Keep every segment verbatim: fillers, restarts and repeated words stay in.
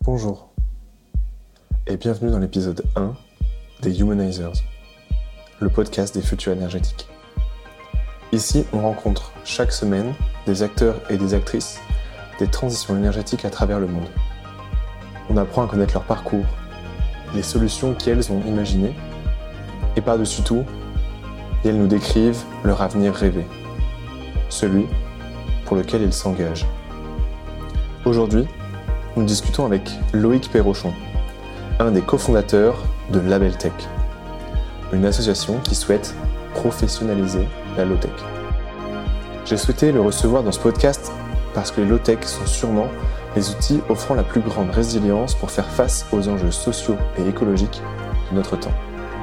Bonjour et bienvenue dans l'épisode un des Humanizers, le podcast des futurs énergétiques. Ici, on rencontre chaque semaine des acteurs et des actrices des transitions énergétiques à travers le monde. On apprend à connaître leur parcours, les solutions qu'elles ont imaginées et par-dessus tout, elles nous décrivent leur avenir rêvé, celui pour lequel ils s'engagent. Aujourd'hui, nous discutons avec Loïc Perrochon, un des cofondateurs de Labeltech, une association qui souhaite professionnaliser la low-tech. J'ai souhaité le recevoir dans ce podcast parce que les low-tech sont sûrement les outils offrant la plus grande résilience pour faire face aux enjeux sociaux et écologiques de notre temps.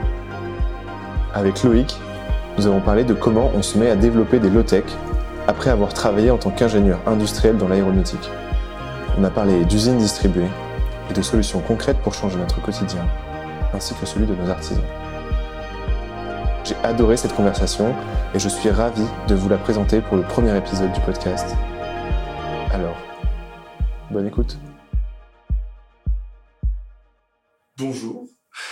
Avec Loïc, nous avons parlé de comment on se met à développer des low-tech après avoir travaillé en tant qu'ingénieur industriel dans l'aéronautique. On a parlé d'usines distribuées et de solutions concrètes pour changer notre quotidien, ainsi que celui de nos artisans. J'ai adoré cette conversation et je suis ravi de vous la présenter pour le premier épisode du podcast. Alors, bonne écoute. Bonjour,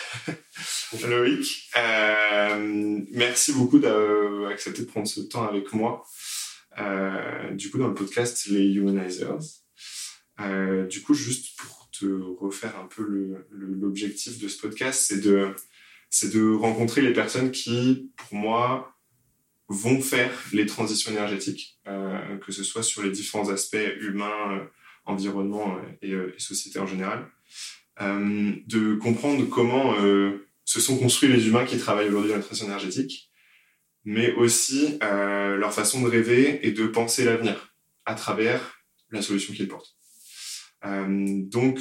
Loïc. Euh, merci beaucoup d'avoir accepté de prendre ce temps avec moi. Euh, du coup, dans le podcast Les Humanizers. Euh, du coup, juste pour te refaire un peu le, le, l'objectif de ce podcast, c'est de, c'est de rencontrer les personnes qui, pour moi, vont faire les transitions énergétiques, euh, que ce soit sur les différents aspects humains, euh, environnement euh, et, euh, et société en général. Euh, de comprendre comment euh, se sont construits les humains qui travaillent aujourd'hui dans la transition énergétique, mais aussi euh, leur façon de rêver et de penser l'avenir à travers la solution qu'ils portent. Euh, donc,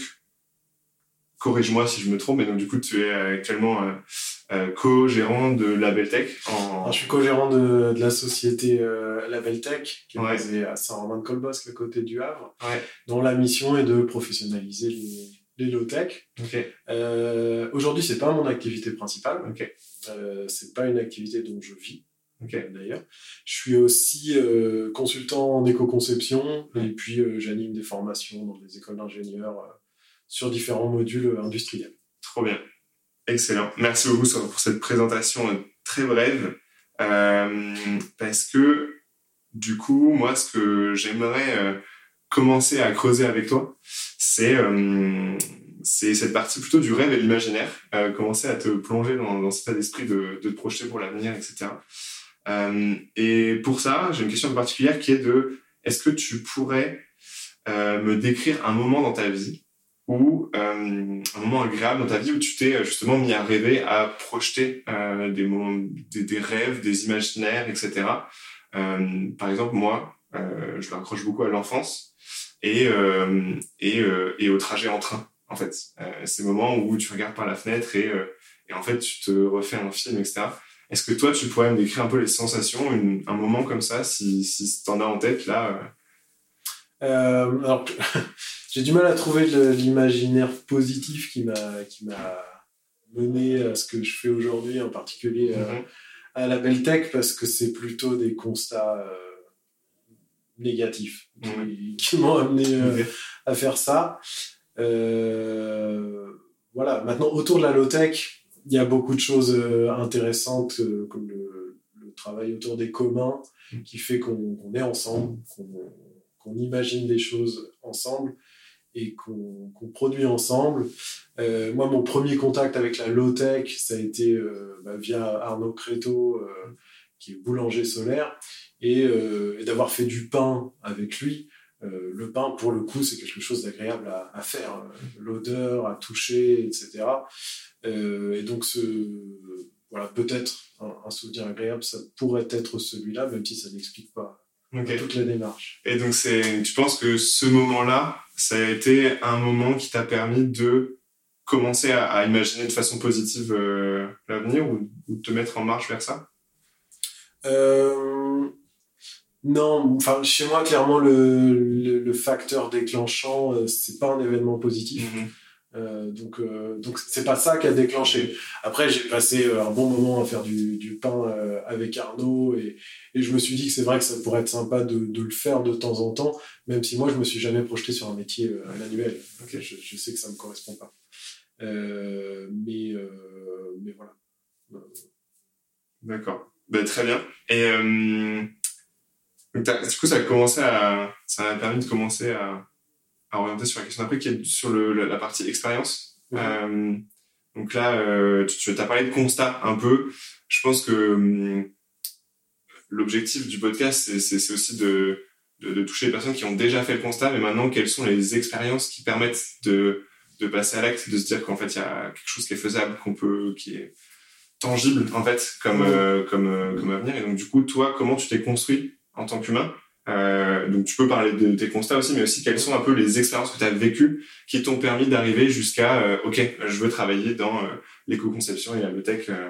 corrige-moi si je me trompe, mais donc du coup, tu es actuellement euh, euh, co-gérant de Labeltech. En... Alors, je suis co-gérant de, de la société euh, Labeltech, qui est ouais. basée à Saint-Romain-de-Colbosc, à côté du Havre, ouais. dont la mission est de professionnaliser les, les low-tech. Okay. Euh, aujourd'hui, c'est pas mon activité principale. Okay. Euh, c'est pas une activité dont je vis. Okay. D'ailleurs, je suis aussi euh, consultant en éco-conception mmh. et puis euh, j'anime des formations dans des écoles d'ingénieurs euh, sur différents modules industriels. Trop bien, excellent. Merci beaucoup pour cette présentation très brève euh, parce que du coup, moi, ce que j'aimerais euh, commencer à creuser avec toi, c'est euh, c'est cette partie plutôt du rêve et de l'imaginaire, euh, commencer à te plonger dans, dans cet état d'esprit de, de te projeter pour l'avenir, et cetera. Euh, et pour ça, j'ai une question particulière qui est de, est-ce que tu pourrais euh, me décrire un moment dans ta vie ou euh, un moment agréable dans ta vie où tu t'es justement mis à rêver, à projeter euh, des, moments, des, des rêves, des imaginaires, et cetera. Euh, par exemple, moi, euh, je l'accroche beaucoup à l'enfance et, euh, et, euh, et au trajet en train, en fait. Euh, ces moments où tu regardes par la fenêtre et, euh, et en fait, tu te refais un film, et cetera. Est-ce que toi, tu pourrais me décrire un peu les sensations, une, un moment comme ça, si, si tu en as en tête, là euh... Euh, alors, j'ai du mal à trouver le, l'imaginaire positif qui m'a, qui m'a mené à ce que je fais aujourd'hui, en particulier euh, mm-hmm. à Labeltech, parce que c'est plutôt des constats euh, négatifs qui, mm-hmm. qui m'ont amené euh, okay. à faire ça. Euh, voilà. Maintenant, autour de la low-tech, il y a beaucoup de choses euh, intéressantes, euh, comme le, le travail autour des communs, qui fait qu'on, qu'on est ensemble, qu'on, qu'on imagine des choses ensemble et qu'on, qu'on produit ensemble. Euh, moi, mon premier contact avec la low-tech, ça a été euh, bah, via Arnaud Créteau, euh, qui est boulanger solaire, et, euh, et d'avoir fait du pain avec lui. Euh, le pain, pour le coup, c'est quelque chose d'agréable à, à faire. Euh, l'odeur, à toucher, et cetera. Euh, et donc, ce, voilà, peut-être un, un souvenir agréable, ça pourrait être celui-là, même si ça n'explique pas okay. toute la démarche. Et donc, c'est, tu penses que ce moment-là, ça a été un moment qui t'a permis de commencer à, à imaginer de façon positive euh, l'avenir ou, ou de te mettre en marche vers ça ? euh, Non, enfin, chez moi, clairement, le, le, le facteur déclenchant, euh, c'est pas un événement positif. Mm-hmm. Euh, donc, euh, donc c'est pas ça qui a déclenché. Après, j'ai passé euh, un bon moment à faire du, du pain euh, avec Arnaud et, et je me suis dit que c'est vrai que ça pourrait être sympa de, de le faire de temps en temps, même si moi je me suis jamais projeté sur un métier euh, manuel. Okay. Je, je sais que ça me correspond pas. Euh, mais, euh, mais voilà. D'accord. Ben, très bien. Et euh, du coup, ça a commencé à, ça a permis de commencer à à orienter sur la question d'après, qui est sur le, la partie expérience. Mmh. Euh, donc là, euh, tu, tu as parlé de constat un peu. Je pense que hum, l'objectif du podcast, c'est, c'est, c'est aussi de, de, de toucher les personnes qui ont déjà fait le constat, mais maintenant, quelles sont les expériences qui permettent de, de passer à l'acte, de se dire qu'en fait, il y a quelque chose qui est faisable, qu'on peut, qui est tangible, en fait, comme, mmh. euh, comme, euh, comme avenir. Et donc, du coup, toi, comment tu t'es construit en tant qu'humain? Euh, donc tu peux parler de tes constats aussi, mais aussi quelles sont un peu les expériences que tu as vécues qui t'ont permis d'arriver jusqu'à euh, ok, je veux travailler dans euh, l'éco-conception et la biotech. Euh.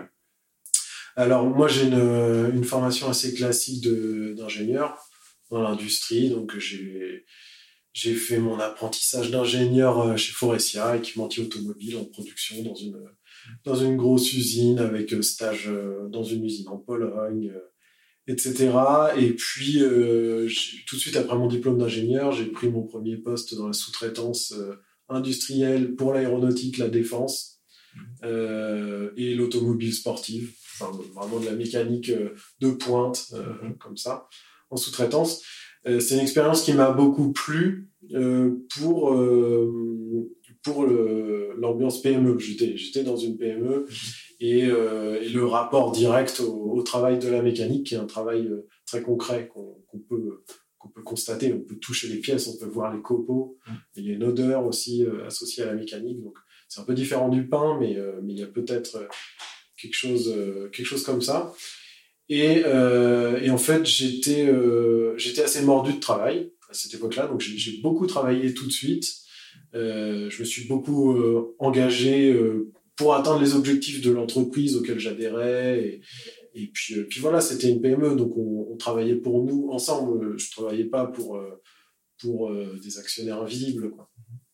Alors moi j'ai une, une formation assez classique de, d'ingénieur dans l'industrie, donc j'ai, j'ai fait mon apprentissage d'ingénieur chez Faurecia, équipementier automobile en production dans une, dans une grosse usine avec stage dans une usine en Pologne, et cetera. Et puis, euh, tout de suite après mon diplôme d'ingénieur, j'ai pris mon premier poste dans la sous-traitance euh, industrielle pour l'aéronautique, la défense euh, et l'automobile sportive. Enfin, vraiment de la mécanique euh, de pointe, euh, mm-hmm. comme ça, en sous-traitance. Euh, c'est une expérience qui m'a beaucoup plu euh, pour, euh, pour le, l'ambiance P M E. J'étais, j'étais dans une P M E. Mm-hmm. Et, euh, et le rapport direct au, au travail de la mécanique, qui est un travail euh, très concret qu'on, qu'on, peut, qu'on peut constater. On peut toucher les pièces, on peut voir les copeaux. Mmh. Il y a une odeur aussi euh, associée à la mécanique. Donc, c'est un peu différent du pain, mais, euh, mais il y a peut-être euh, quelque chose, euh, quelque chose comme ça. Et, euh, et en fait, j'étais, euh, j'étais assez mordu de travail à cette époque-là. Donc, j'ai, j'ai beaucoup travaillé tout de suite. Euh, je me suis beaucoup euh, engagé euh, pour atteindre les objectifs de l'entreprise auxquels j'adhérais. Et, et puis, euh, puis voilà, c'était une P M E, donc on, on travaillait pour nous ensemble. Je ne travaillais pas pour, euh, pour euh, des actionnaires invisibles, quoi.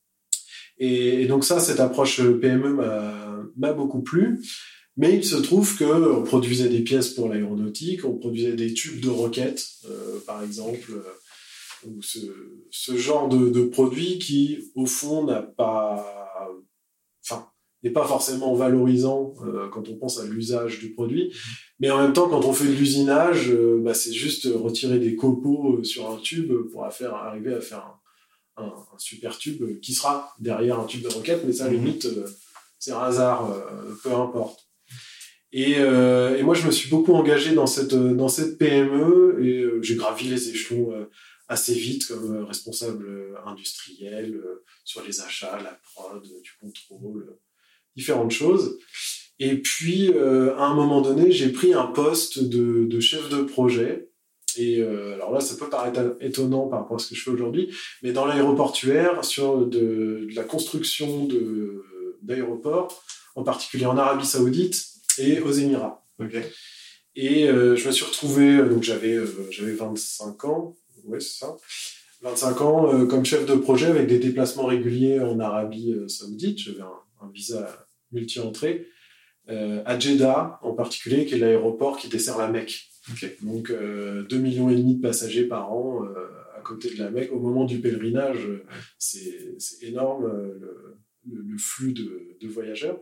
Et, et donc ça, cette approche P M E m'a, m'a beaucoup plu. Mais il se trouve qu'on produisait des pièces pour l'aéronautique, on produisait des tubes de roquettes, euh, par exemple, euh, ou ce, ce genre de, de produit qui, au fond, n'a pas... Enfin, n'est pas forcément valorisant euh, quand on pense à l'usage du produit, mais en même temps, quand on fait de l'usinage, euh, bah, c'est juste retirer des copeaux sur un tube pour faire, arriver à faire un, un, un super tube qui sera derrière un tube de roquette, mais ça, limite, euh, c'est un hasard, euh, peu importe. Et, euh, et moi, je me suis beaucoup engagé dans cette, dans cette P M E et euh, j'ai gravi les échelons euh, assez vite comme euh, responsable euh, industriel euh, sur les achats, la prod, du contrôle, euh, différentes choses. Et puis, euh, à un moment donné, j'ai pris un poste de, de chef de projet. Et euh, alors là, ça peut paraître étonnant par rapport à ce que je fais aujourd'hui, mais dans l'aéroportuaire, sur de, de la construction de, d'aéroports, en particulier en Arabie Saoudite et aux Émirats. Okay. Et euh, je me suis retrouvé, donc j'avais, euh, j'avais vingt-cinq ans, ouais, c'est ça, vingt-cinq ans euh, comme chef de projet avec des déplacements réguliers en Arabie euh, Saoudite. J'avais un, un visa multi-entrée, euh, à Jeddah en particulier, qui est l'aéroport qui dessert la Mecque. Okay. Donc euh, deux millions et demi de passagers par an euh, à côté de la Mecque. Au moment du pèlerinage, ouais. c'est, c'est énorme euh, le, le, le flux de, de voyageurs.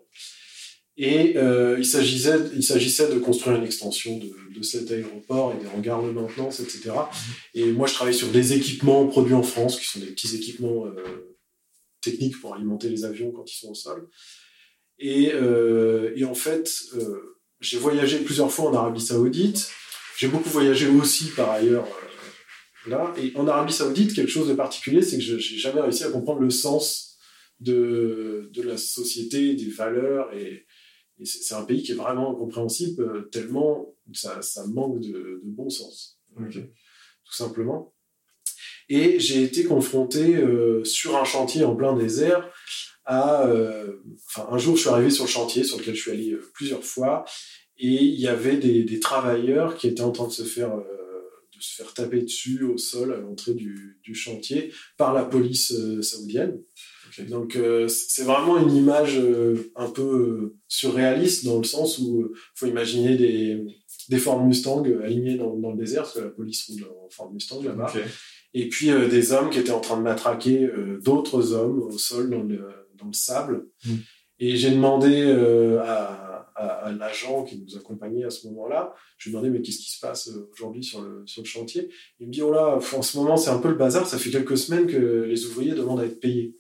Et euh, il, s'agissait, il s'agissait de construire une extension de, de cet aéroport et des hangars de maintenance, et cetera. Mmh. Et moi, je travaille sur des équipements produits en France, qui sont des petits équipements euh, techniques pour alimenter les avions quand ils sont au sol. Et, euh, et en fait, euh, j'ai voyagé plusieurs fois en Arabie Saoudite. J'ai beaucoup voyagé aussi, par ailleurs, euh, là. Et en Arabie Saoudite, quelque chose de particulier, c'est que je n'ai jamais réussi à comprendre le sens de, de la société, des valeurs. Et, et c'est, c'est un pays qui est vraiment incompréhensible, tellement ça, ça manque de, de bon sens. Okay. Tout simplement. Et j'ai été confronté euh, sur un chantier en plein désert à... Euh, enfin, un jour, je suis arrivé sur le chantier, sur lequel je suis allé euh, plusieurs fois, et il y avait des, des travailleurs qui étaient en train de se faire, euh, de se faire taper dessus au sol à l'entrée du, du chantier par la police euh, saoudienne. Okay. Donc, euh, c'est vraiment une image euh, un peu euh, surréaliste dans le sens où il euh, faut imaginer des, des Ford Mustang alignés dans, dans le désert, parce que la police roule en Ford Mustang là-bas. Okay. Et puis euh, des hommes qui étaient en train de matraquer euh, d'autres hommes au sol dans le, dans le sable. Mm. Et j'ai demandé euh, à, à, à l'agent qui nous accompagnait à ce moment-là, je lui ai demandé mais qu'est-ce qui se passe aujourd'hui sur le, sur le chantier. Il me dit oh là, en ce moment c'est un peu le bazar, ça fait quelques semaines que les ouvriers demandent à être payés.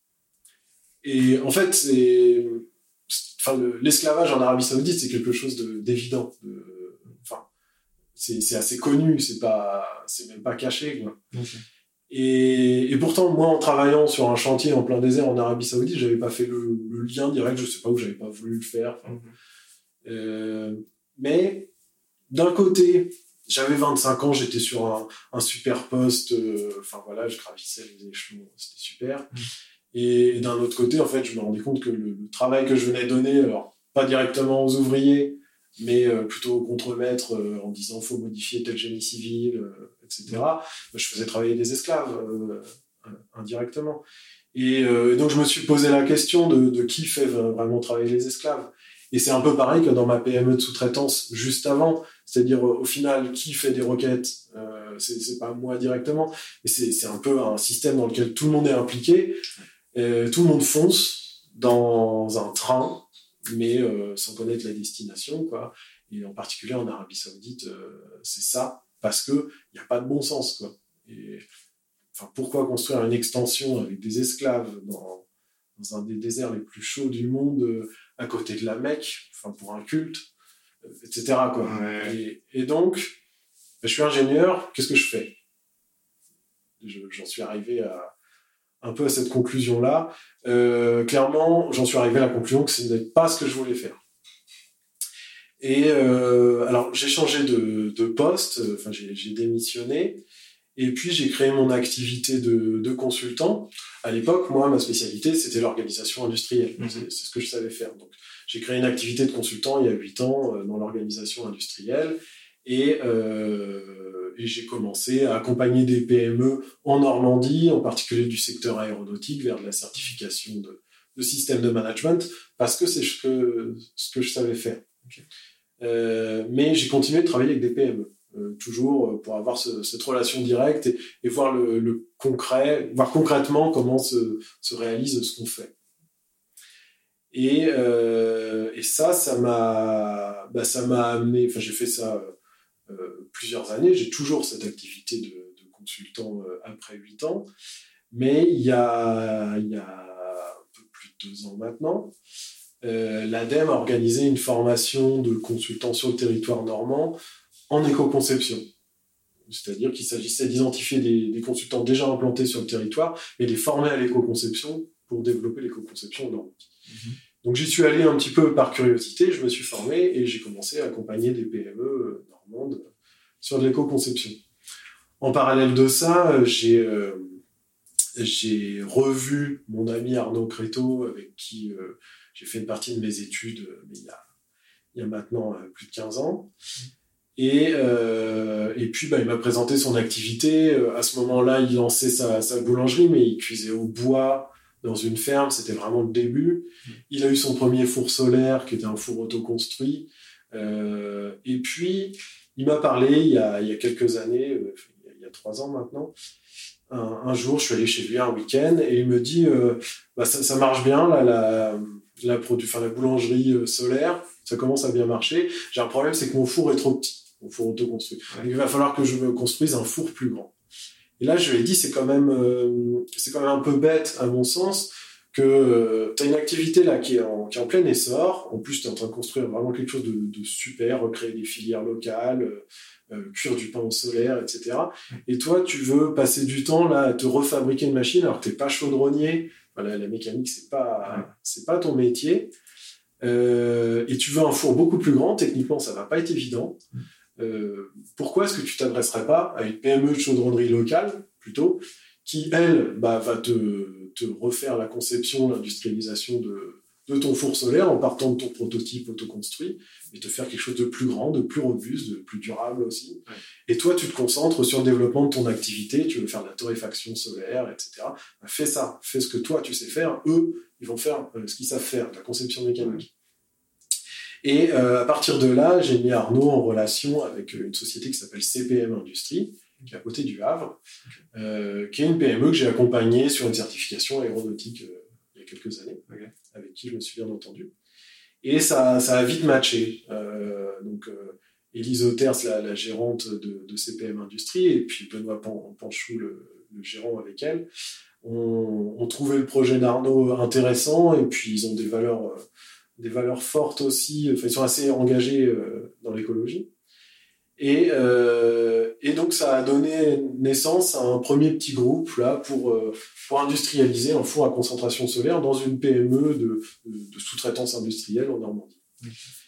Et en fait, c'est, enfin, le, l'esclavage en Arabie Saoudite, c'est quelque chose de, d'évident. De, enfin, c'est, c'est assez connu, c'est pas, c'est même pas caché, quoi. Okay. Et, et pourtant, moi, en travaillant sur un chantier en plein désert en Arabie Saoudite, j'avais pas fait le, le lien direct, je sais pas où, j'avais pas voulu le faire. Enfin, mm-hmm. euh, mais d'un côté, j'avais vingt-cinq ans, j'étais sur un, un super poste, enfin euh, voilà, je gravissais les échelons, c'était super. Mm. Et d'un autre côté, en fait, je me rendais compte que le, le travail que je venais donner, alors pas directement aux ouvriers, mais euh, plutôt au contremaître, euh, en disant faut modifier tel génie civil, euh, et cetera. Je faisais travailler des esclaves euh, indirectement. Et euh, donc je me suis posé la question de, de qui fait vraiment travailler les esclaves. Et c'est un peu pareil que dans ma P M E de sous-traitance juste avant, c'est-à-dire au final qui fait des requêtes, euh, c'est, c'est pas moi directement, mais c'est, c'est un peu un système dans lequel tout le monde est impliqué. Euh, tout le monde fonce dans un train, mais euh, sans connaître la destination, quoi. Et en particulier en Arabie Saoudite, euh, c'est ça, parce que il y a pas de bon sens, quoi. Et enfin, pourquoi construire une extension avec des esclaves dans, dans un des déserts les plus chauds du monde, euh, à côté de la Mecque, enfin pour un culte, euh, et cetera, quoi. Ouais. Et, et donc, ben, je suis ingénieur, qu'est-ce que je fais ? je, J'en suis arrivé à un peu à cette conclusion-là. Euh, clairement, j'en suis arrivé à la conclusion que ce n'est pas ce que je voulais faire. Et euh, alors, j'ai changé de, de poste, enfin, j'ai, j'ai démissionné, et puis j'ai créé mon activité de, de consultant. À l'époque, moi, ma spécialité, c'était l'organisation industrielle. Mmh. C'est, c'est ce que je savais faire. Donc, j'ai créé une activité de consultant il y a huit ans euh, dans l'organisation industrielle. Et, euh, et j'ai commencé à accompagner des P M E en Normandie, en particulier du secteur aéronautique, vers de la certification de, de systèmes de management, parce que c'est ce que, ce que je savais faire. Okay. Euh, mais j'ai continué de travailler avec des P M E, euh, toujours pour avoir ce, cette relation directe et, et voir le, le concret, voir concrètement comment se, se réalise ce qu'on fait. Et, euh, et ça, ça m'a, bah, ça m'a amené, enfin j'ai fait ça Euh, plusieurs années, j'ai toujours cette activité de, de consultant euh, après huit ans, mais il y a, il y a un peu plus de deux ans maintenant, euh, l'ADEME a organisé une formation de consultant sur le territoire normand en éco-conception. C'est-à-dire qu'il s'agissait d'identifier des, des consultants déjà implantés sur le territoire et les former à l'éco-conception pour développer l'éco-conception en Normandie. Mmh. Donc j'y suis allé un petit peu par curiosité, je me suis formé et j'ai commencé à accompagner des P M E normandes sur de l'éco-conception. En parallèle de ça, j'ai, euh, j'ai revu mon ami Arnaud Créteau, avec qui euh, j'ai fait une partie de mes études mais il, y a, il y a maintenant euh, plus de quinze ans. Et, euh, et puis, bah, il m'a présenté son activité. À ce moment-là, il lançait sa, sa boulangerie, mais il cuisait au bois dans une ferme. C'était vraiment le début. Il a eu son premier four solaire, qui était un four autoconstruit. Euh, et puis, il m'a parlé, il y a, il y a quelques années, euh, il y a trois ans maintenant, un, un jour, je suis allé chez lui un week-end, et il me dit, euh, bah, ça, ça marche bien, là, la, la, produ- enfin, la boulangerie solaire, ça commence à bien marcher. J'ai un problème, c'est que mon four est trop petit. Mon four autoconstruit. Ouais. Donc, il va falloir que je me construise un four plus grand. Et là, je lui ai dit, c'est quand même, euh, c'est quand même un peu bête, à mon sens, que euh, tu as une activité là qui est, en, qui est en plein essor. En plus, tu es en train de construire vraiment quelque chose de, de super, recréer des filières locales, euh, euh, cuire du pain au solaire, et cetera. Et toi, tu veux passer du temps là à te refabriquer une machine alors que tu n'es pas chaudronnier. Voilà, la mécanique, c'est pas, ouais. c'est pas ton métier. Euh, et tu veux un four beaucoup plus grand. Techniquement, ça va pas être évident. Euh, pourquoi est-ce que tu t'adresserais pas à une P M E de chaudronnerie locale, plutôt, qui, elle, bah, va te, te refaire la conception, l'industrialisation de, de ton four solaire en partant de ton prototype autoconstruit, et te faire quelque chose de plus grand, de plus robuste, de plus durable aussi. Ouais. Et toi, tu te concentres sur le développement de ton activité, tu veux faire de la torréfaction solaire, et cetera. Ben, fais ça, fais ce que toi, tu sais faire. Eux, ils vont faire euh, ce qu'ils savent faire, de la conception mécanique. Et euh, à partir de là, j'ai mis Arnaud en relation avec une société qui s'appelle C P M Industrie, qui est à côté du Havre, okay. euh, qui est une P M E que j'ai accompagnée sur une certification aéronautique euh, il y a quelques années, okay. avec qui je me suis bien entendu. Et ça, ça a vite matché. Euh, donc, euh, Élise Auters, la, la gérante de, de C P M Industrie, et puis Benoît Pan, Panchou, le, le gérant avec elle, ont, ont trouvé le projet d'Arnaud intéressant, et puis ils ont des valeurs... Euh, des valeurs fortes aussi, enfin, ils sont assez engagés euh, dans l'écologie. Et, euh, et donc, ça a donné naissance à un premier petit groupe là, pour, euh, pour industrialiser un four à concentration solaire dans une P M E de, de, de sous-traitance industrielle en Normandie. Mmh.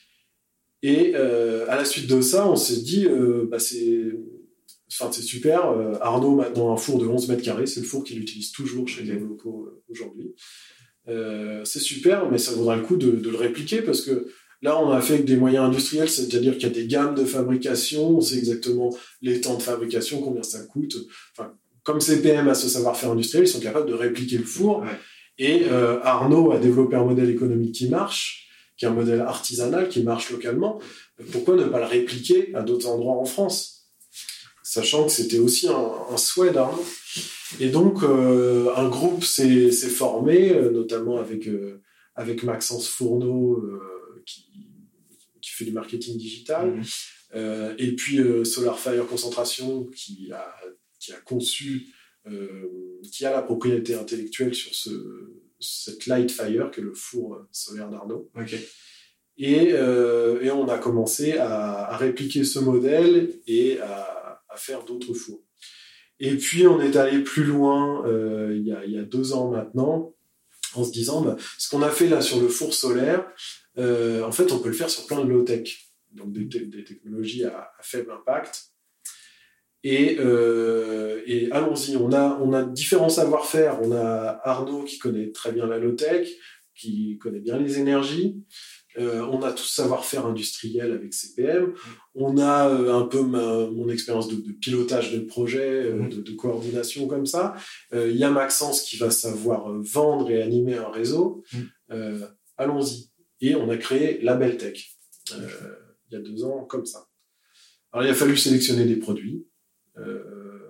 Et euh, à la suite de ça, on s'est dit, euh, bah, c'est, enfin, c'est super, euh, Arnaud maintenant un four de onze mètres carrés, c'est le four qu'il utilise toujours chez les locaux euh, aujourd'hui. Euh, c'est super, mais ça vaudra le coup de, de le répliquer parce que là, on a fait avec des moyens industriels, c'est-à-dire qu'il y a des gammes de fabrication, on sait exactement les temps de fabrication, combien ça coûte. Enfin, comme C P M a ce savoir-faire industriel, ils sont capables de répliquer le four. Ouais. Et euh, Arnaud a développé un modèle économique qui marche, qui est un modèle artisanal, qui marche localement. Pourquoi ne pas le répliquer à d'autres endroits en France ? Sachant que c'était aussi un, un souhait d'Arnaud. Et donc, euh, un groupe s'est, s'est formé, euh, notamment avec, euh, avec Maxence Fourneau, euh, qui, qui fait du marketing digital, mmh. euh, et puis euh, Solarfire Concentration, qui a, qui a conçu, euh, qui a la propriété intellectuelle sur ce, cette Lightfire, qui est le four solaire d'Arnaud. Okay. Et, euh, et on a commencé à, à répliquer ce modèle et à, à faire d'autres fours. Et puis, on est allé plus loin euh, il, y a, il y a deux ans maintenant, en se disant, bah, ce qu'on a fait là sur le four solaire, euh, en fait, on peut le faire sur plein de low-tech, donc des, des technologies à, à faible impact. Et, euh, et allons-y, on a, on a différents savoir-faire. On a Arnaud qui connaît très bien la low-tech, qui connaît bien les énergies. Euh, on a tout ce savoir-faire industriel avec C P M. On a euh, un peu ma, mon expérience de, de pilotage de projet, euh, de, de coordination comme ça. Il euh, y a Maxence qui va savoir euh, vendre et animer un réseau. Euh, allons-y. Et on a créé Label Tech euh, il y a deux ans comme ça. Alors, il a fallu sélectionner des produits. Euh,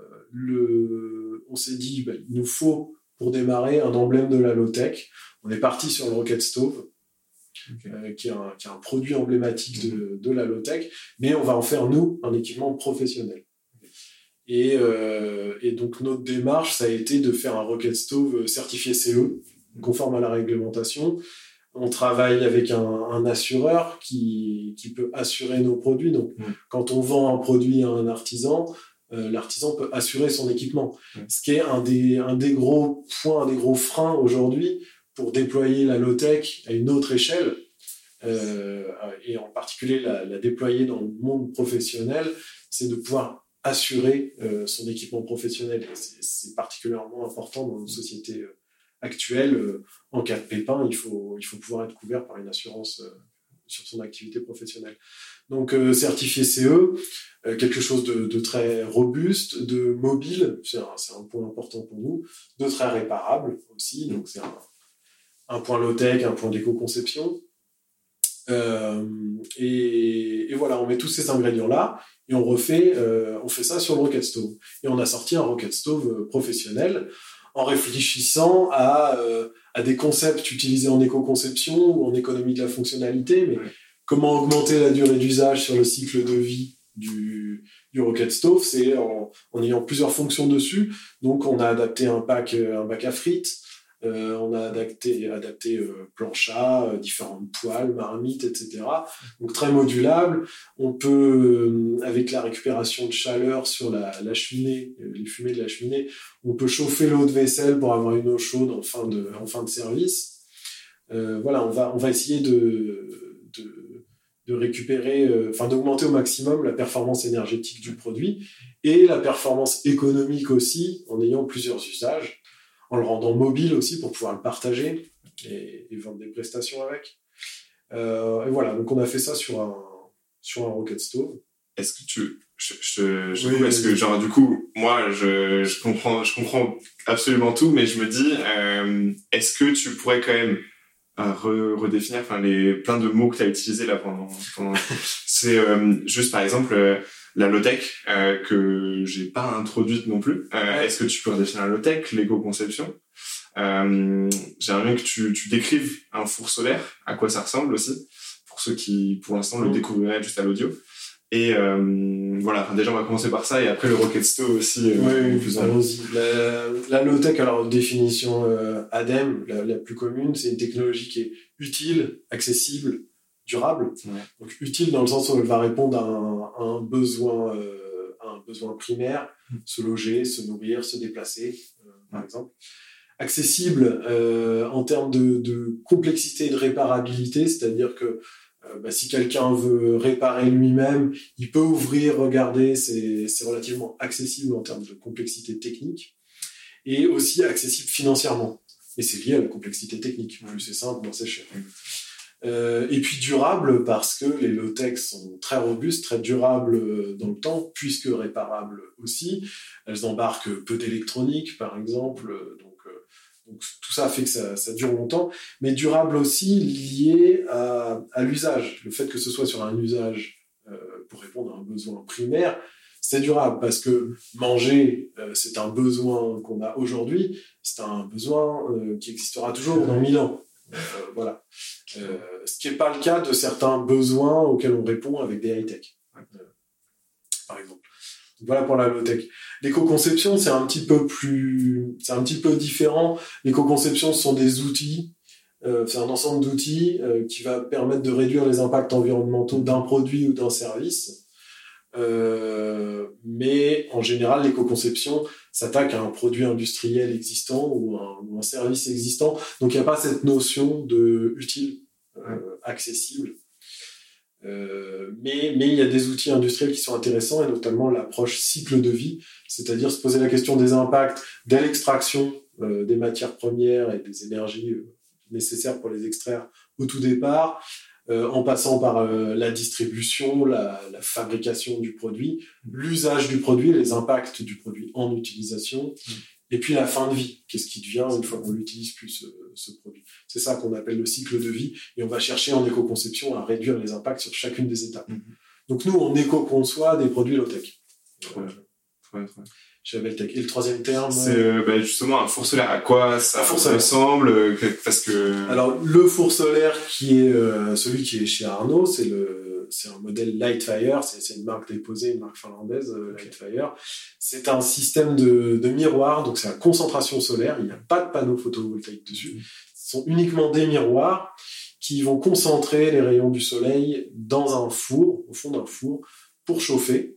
le, on s'est dit, bah, il nous faut, pour démarrer, un emblème de la low-tech. On est parti sur le Rocket Stove. Okay. Euh, qui, est un, qui est un produit emblématique de, de la low-tech, mais on va en faire, nous, un équipement professionnel. Et, euh, et donc, notre démarche, ça a été de faire un Rocket Stove certifié C E, conforme à la réglementation. On travaille avec un, un assureur qui, qui peut assurer nos produits. Donc, mmh. quand on vend un produit à un artisan, euh, l'artisan peut assurer son équipement. Mmh. Ce qui est un des, un des gros points, un des gros freins aujourd'hui pour déployer la low-tech à une autre échelle, euh, et en particulier la, la déployer dans le monde professionnel, c'est de pouvoir assurer euh, son équipement professionnel. Et c'est, c'est particulièrement important dans une société euh, actuelle. Euh, en cas de pépin, il faut, il faut pouvoir être couvert par une assurance euh, sur son activité professionnelle. Donc, euh, certifié C E, euh, quelque chose de, de très robuste, de mobile, c'est un, c'est un point important pour nous, de très réparable aussi, donc c'est un un point low-tech, un point d'éco-conception. Euh, et, et voilà, on met tous ces ingrédients-là et on refait, euh, on fait ça sur le Rocket Stove. Et on a sorti un Rocket Stove professionnel en réfléchissant à, euh, à des concepts utilisés en éco-conception ou en économie de la fonctionnalité, mais ouais. Comment augmenter la durée d'usage sur le cycle de vie du, du Rocket Stove, c'est en, en ayant plusieurs fonctions dessus. Donc, on a adapté un bac, un bac à frites. Euh, on a adapté, adapté euh, plancha, euh, différentes poêles, marmites, et cetera. Donc très modulable. On peut, euh, avec la récupération de chaleur sur la, la cheminée, euh, les fumées de la cheminée, on peut chauffer l'eau de vaisselle pour avoir une eau chaude en fin de, en fin de service. Euh, voilà, on va, on va essayer de, de, de récupérer, enfin euh, d'augmenter au maximum la performance énergétique du produit et la performance économique aussi, en ayant plusieurs usages, en le rendant mobile aussi pour pouvoir le partager et, et vendre des prestations avec. Euh, et voilà, donc on a fait ça sur un, sur un Rocket Stove. Est-ce que tu... Je, je, je oui, parce oui, que, oui. genre, du coup, moi, je, je, comprends, je comprends absolument tout, mais je me dis, euh, est-ce que tu pourrais quand même euh, re, redéfinir enfin, les, plein de mots que tu as utilisés là pendant... pendant... C'est euh, juste, par exemple, euh, la low-tech, euh, que j'ai pas introduite non plus. Euh, Ouais. Est-ce que tu peux redéfinir la low-tech, l'éco-conception? euh, J'aimerais bien que tu, tu décrives un four solaire, à quoi ça ressemble aussi, pour ceux qui, pour l'instant, mmh. le découvriraient juste à l'audio. Et euh, voilà, enfin, déjà on va commencer par ça et après le Rocket Stove aussi. Euh, oui, plus allons-y. La, la low-tech, alors définition euh, A D E M, la, la plus commune, c'est une technologie qui est utile, accessible, durable. Ouais. Donc utile dans le sens où elle va répondre à un, à un besoin, euh, à un besoin primaire, mmh. se loger, se nourrir, se déplacer, euh, par ouais. exemple. Accessible euh, en termes de, de complexité et de réparabilité, c'est-à-dire que Euh, bah, si quelqu'un veut réparer lui-même, il peut ouvrir, regarder, c'est, c'est relativement accessible en termes de complexité technique, et aussi accessible financièrement. Et c'est lié à la complexité technique. Plus c'est simple, moins c'est cher. Euh, et puis durable, parce que les low-tech sont très robustes, très durables dans le temps, puisque réparables aussi. Elles embarquent peu d'électronique, par exemple, donc Donc, tout ça fait que ça, ça dure longtemps, mais durable aussi lié à, à l'usage. Le fait que ce soit sur un usage euh, pour répondre à un besoin primaire, c'est durable parce que manger, euh, c'est un besoin qu'on a aujourd'hui, c'est un besoin euh, qui existera toujours dans mille ans. Euh, voilà. Euh, ce qui n'est pas le cas de certains besoins auxquels on répond avec des high-tech, euh, par exemple. Voilà pour la low-tech. L'éco-conception, c'est un petit peu plus, c'est un petit peu différent. L'éco-conception, ce sont des outils, euh, c'est un ensemble d'outils euh, qui va permettre de réduire les impacts environnementaux d'un produit ou d'un service. Euh, mais en général, l'éco-conception s'attaque à un produit industriel existant ou un, ou un service existant. Donc, il n'y a pas cette notion de utile, euh, accessible. Euh, mais mais il y a des outils industriels qui sont intéressants et notamment l'approche cycle de vie, c'est-à-dire se poser la question des impacts dès l'extraction euh, des matières premières et des énergies euh, nécessaires pour les extraire au tout départ, euh, en passant par euh, la distribution, la, la fabrication du produit, l'usage du produit, les impacts du produit en utilisation, mmh. et puis la fin de vie, qu'est-ce qui devient une fois qu'on n'utilise plus ce, ce produit. C'est ça qu'on appelle le cycle de vie, et on va chercher en éco-conception à réduire les impacts sur chacune des étapes. Mmh. Donc nous, on éco-conçoit des produits low-tech. Très bien. Très bien. Chez Aveltech. Et le troisième terme... C'est euh, bah, justement un four solaire. À quoi ça ressemble euh, parce que... Alors, le four solaire qui est euh, celui qui est chez Arnaud, c'est, le, c'est un modèle Lightfire. C'est, c'est une marque déposée, une marque finlandaise, euh, Lightfire. C'est un système de, de miroirs, donc c'est à concentration solaire. Il n'y a pas de panneau photovoltaïque dessus. Ce sont uniquement des miroirs qui vont concentrer les rayons du soleil dans un four, au fond d'un four, pour chauffer.